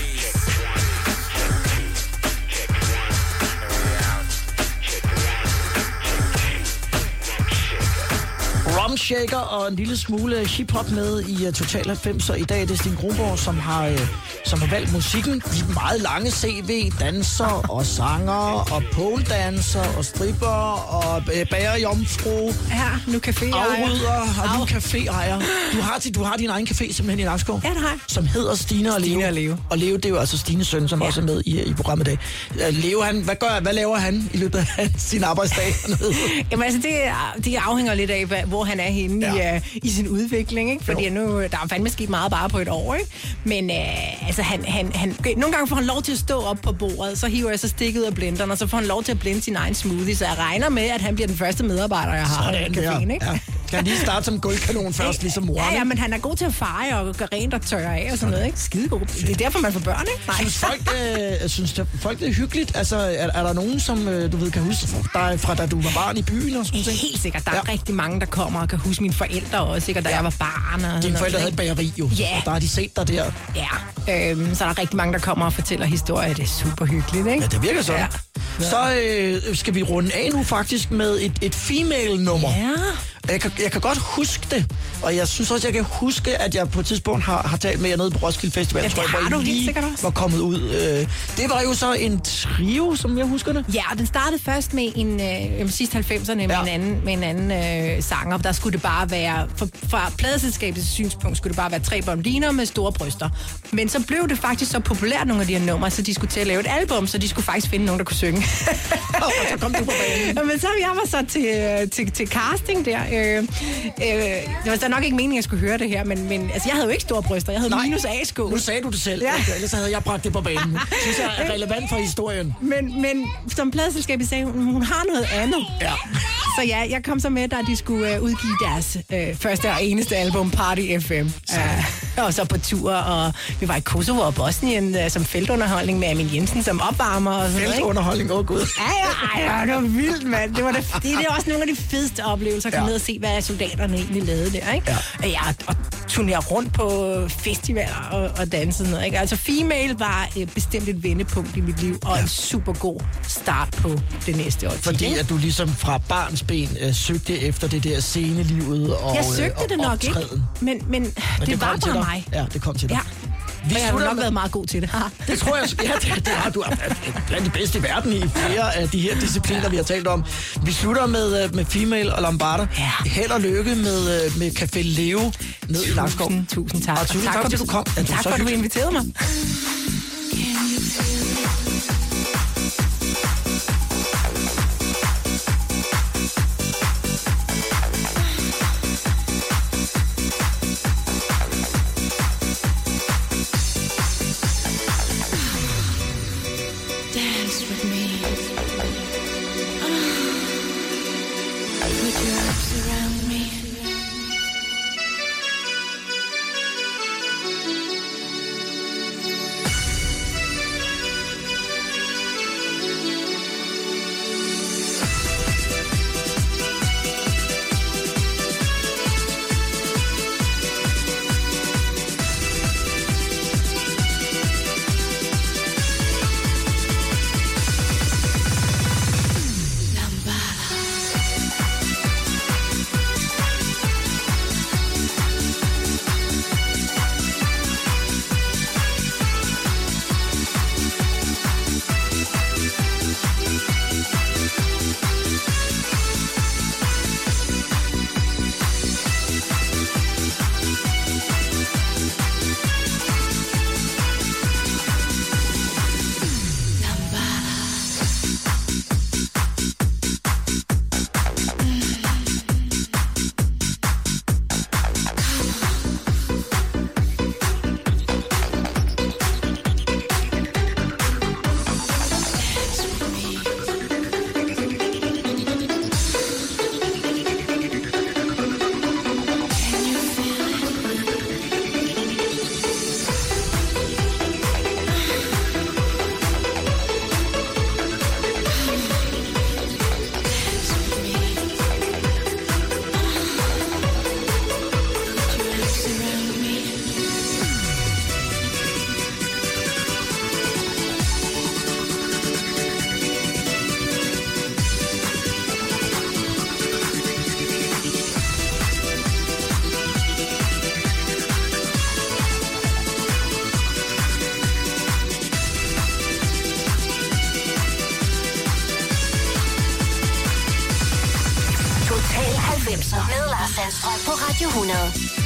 Speaker 2: Rum Shaker og en lille smule hip-hop med i uh, Total halvfemser. I dag er det Stine Kronborg, som har, uh, som har valgt musikken. De meget lange C V, danser og sanger og poledanser og stripper og uh, bagerjomfru.
Speaker 3: Ja, nu caféejer.
Speaker 2: Afrydder og nu caféejer. Du har, du har din egen café simpelthen i Nakskov.
Speaker 3: Ja, det har jeg.
Speaker 2: Som hedder Stine og Leo.
Speaker 3: Stine og Leo.
Speaker 2: Og Leo, det er jo altså Stines søn, som ja. også er med i, i programmet i dag. Uh, Leo, han, hvad, gør, hvad laver han i løbet af sin arbejdsdag?
Speaker 3: Jamen altså, det, det afhænger lidt af, hvor han er henne ja. i, uh, i sin udvikling, ikke? Fordi nu, der er fandme sket meget bare på et år, ikke? Men uh, altså, han, han, han, okay, nogle gange får han lov til at stå op på bordet, så hiver jeg så stikket af blenderen, og så får han lov til at blende sin egen smoothie, så jeg regner med, at han bliver den første medarbejder, jeg har i caféen, ikke?
Speaker 2: Ja. Kan han lige starte som gulvkanon først, ligesom moren?
Speaker 3: Ja, ja, men han er god til at feje og gøre rent og tørre af og sådan noget, ikke? Skidegod. Det er derfor, man får børn, ikke? Nej.
Speaker 2: Synes folk, øh, synes folk, det er hyggeligt? Altså, er, er der nogen, som øh, du ved, kan huske dig fra da du var barn i byen og sådan noget?
Speaker 3: Helt sikkert. Der er ja. rigtig mange, der kommer og kan huske mine forældre også, ikke? Og da ja. jeg var barn og
Speaker 2: dine forældre havde et bageri jo,
Speaker 3: ja.
Speaker 2: og der har de set dig der.
Speaker 3: Ja, øhm, så er der rigtig mange, der kommer og fortæller historier. Det er super hyggeligt, ikke?
Speaker 2: Ja, det virker sådan. Ja. Ja. Så øh, skal vi runde af nu faktisk med et, et female-nummer.
Speaker 3: Ja.
Speaker 2: Jeg kan, jeg kan godt huske det, og jeg synes også, jeg kan huske, at jeg på et tidspunkt har, har talt med jer nede på Roskilde Festival,
Speaker 3: ja,
Speaker 2: tror jeg,
Speaker 3: hvor
Speaker 2: I lige var kommet ud. Det var jo så en trio, som jeg husker det.
Speaker 3: Ja, og den startede først med en øh, sidst halvfemserne med, ja. en anden, med en anden øh, sanger. Der skulle det bare være, for, fra pladeselskabets synspunkt, skulle det bare være tre blondiner med store bryster. Men så blev det faktisk så populært, nogle af de her numre, så de skulle til at lave et album, så de skulle faktisk finde nogen, der kunne synge.
Speaker 2: Og så kom du på banen.
Speaker 3: Men så jeg var så til, til, til casting der. Øh, øh, det var så nok ikke meningen, at jeg skulle høre det her, men, men altså, jeg havde jo ikke store bryster. Jeg havde Nej, minus A-sko.
Speaker 2: Nu sagde du det selv. Ja. Ellers havde jeg bragt det på banen. Det synes jeg er relevant for historien.
Speaker 3: Men, men som pladeselskabet sagde, hun, hun har noget andet.
Speaker 2: Ja.
Speaker 3: Så ja, jeg kom så med, da de skulle uh, udgive deres uh, første og eneste album, Party F M. Uh, og så på tur, og vi var i Kosovo og Bosnien uh, som feltunderholdning med Amin Jensen som opvarmer. Og sådan
Speaker 2: feltunderholdning, åh oh, gud.
Speaker 3: Ja, ja, det var vildt, mand. Det, var det, det, det er også nogle af de fedeste oplevelser, at komme ja. ned og se, hvad soldaterne egentlig lavede der, ikke? Ja. Ja, og turnere rundt på festivaler og, og danse sådan noget, ikke? Altså, Female var uh, bestemt et vendepunkt i mit liv, og ja. en super god start på det næste år.
Speaker 2: Fordi at du ligesom fra barnsben uh, søgte efter det der scenelivet og
Speaker 3: jeg søgte
Speaker 2: uh,
Speaker 3: det nok optræden. Ikke, men, men, men det, det var bare mig.
Speaker 2: Ja, det kom til dig.
Speaker 3: Ja. Vi og jeg har nok med... været meget god til det.
Speaker 2: Det tror jeg, ja, det, det har du er blandt de bedste i verden i flere af de her discipliner, ja. vi har talt om. Vi slutter med, med Female og Lombarder. Ja. Held og lykke med, med Café Leo ned i Nakskov.
Speaker 3: Tusind, tusind tak.
Speaker 2: Og tusind tak, tak fordi du kom.
Speaker 3: Ja, tak for, at du inviterede mig.
Speaker 1: Sandstrøm på Radio hundrede.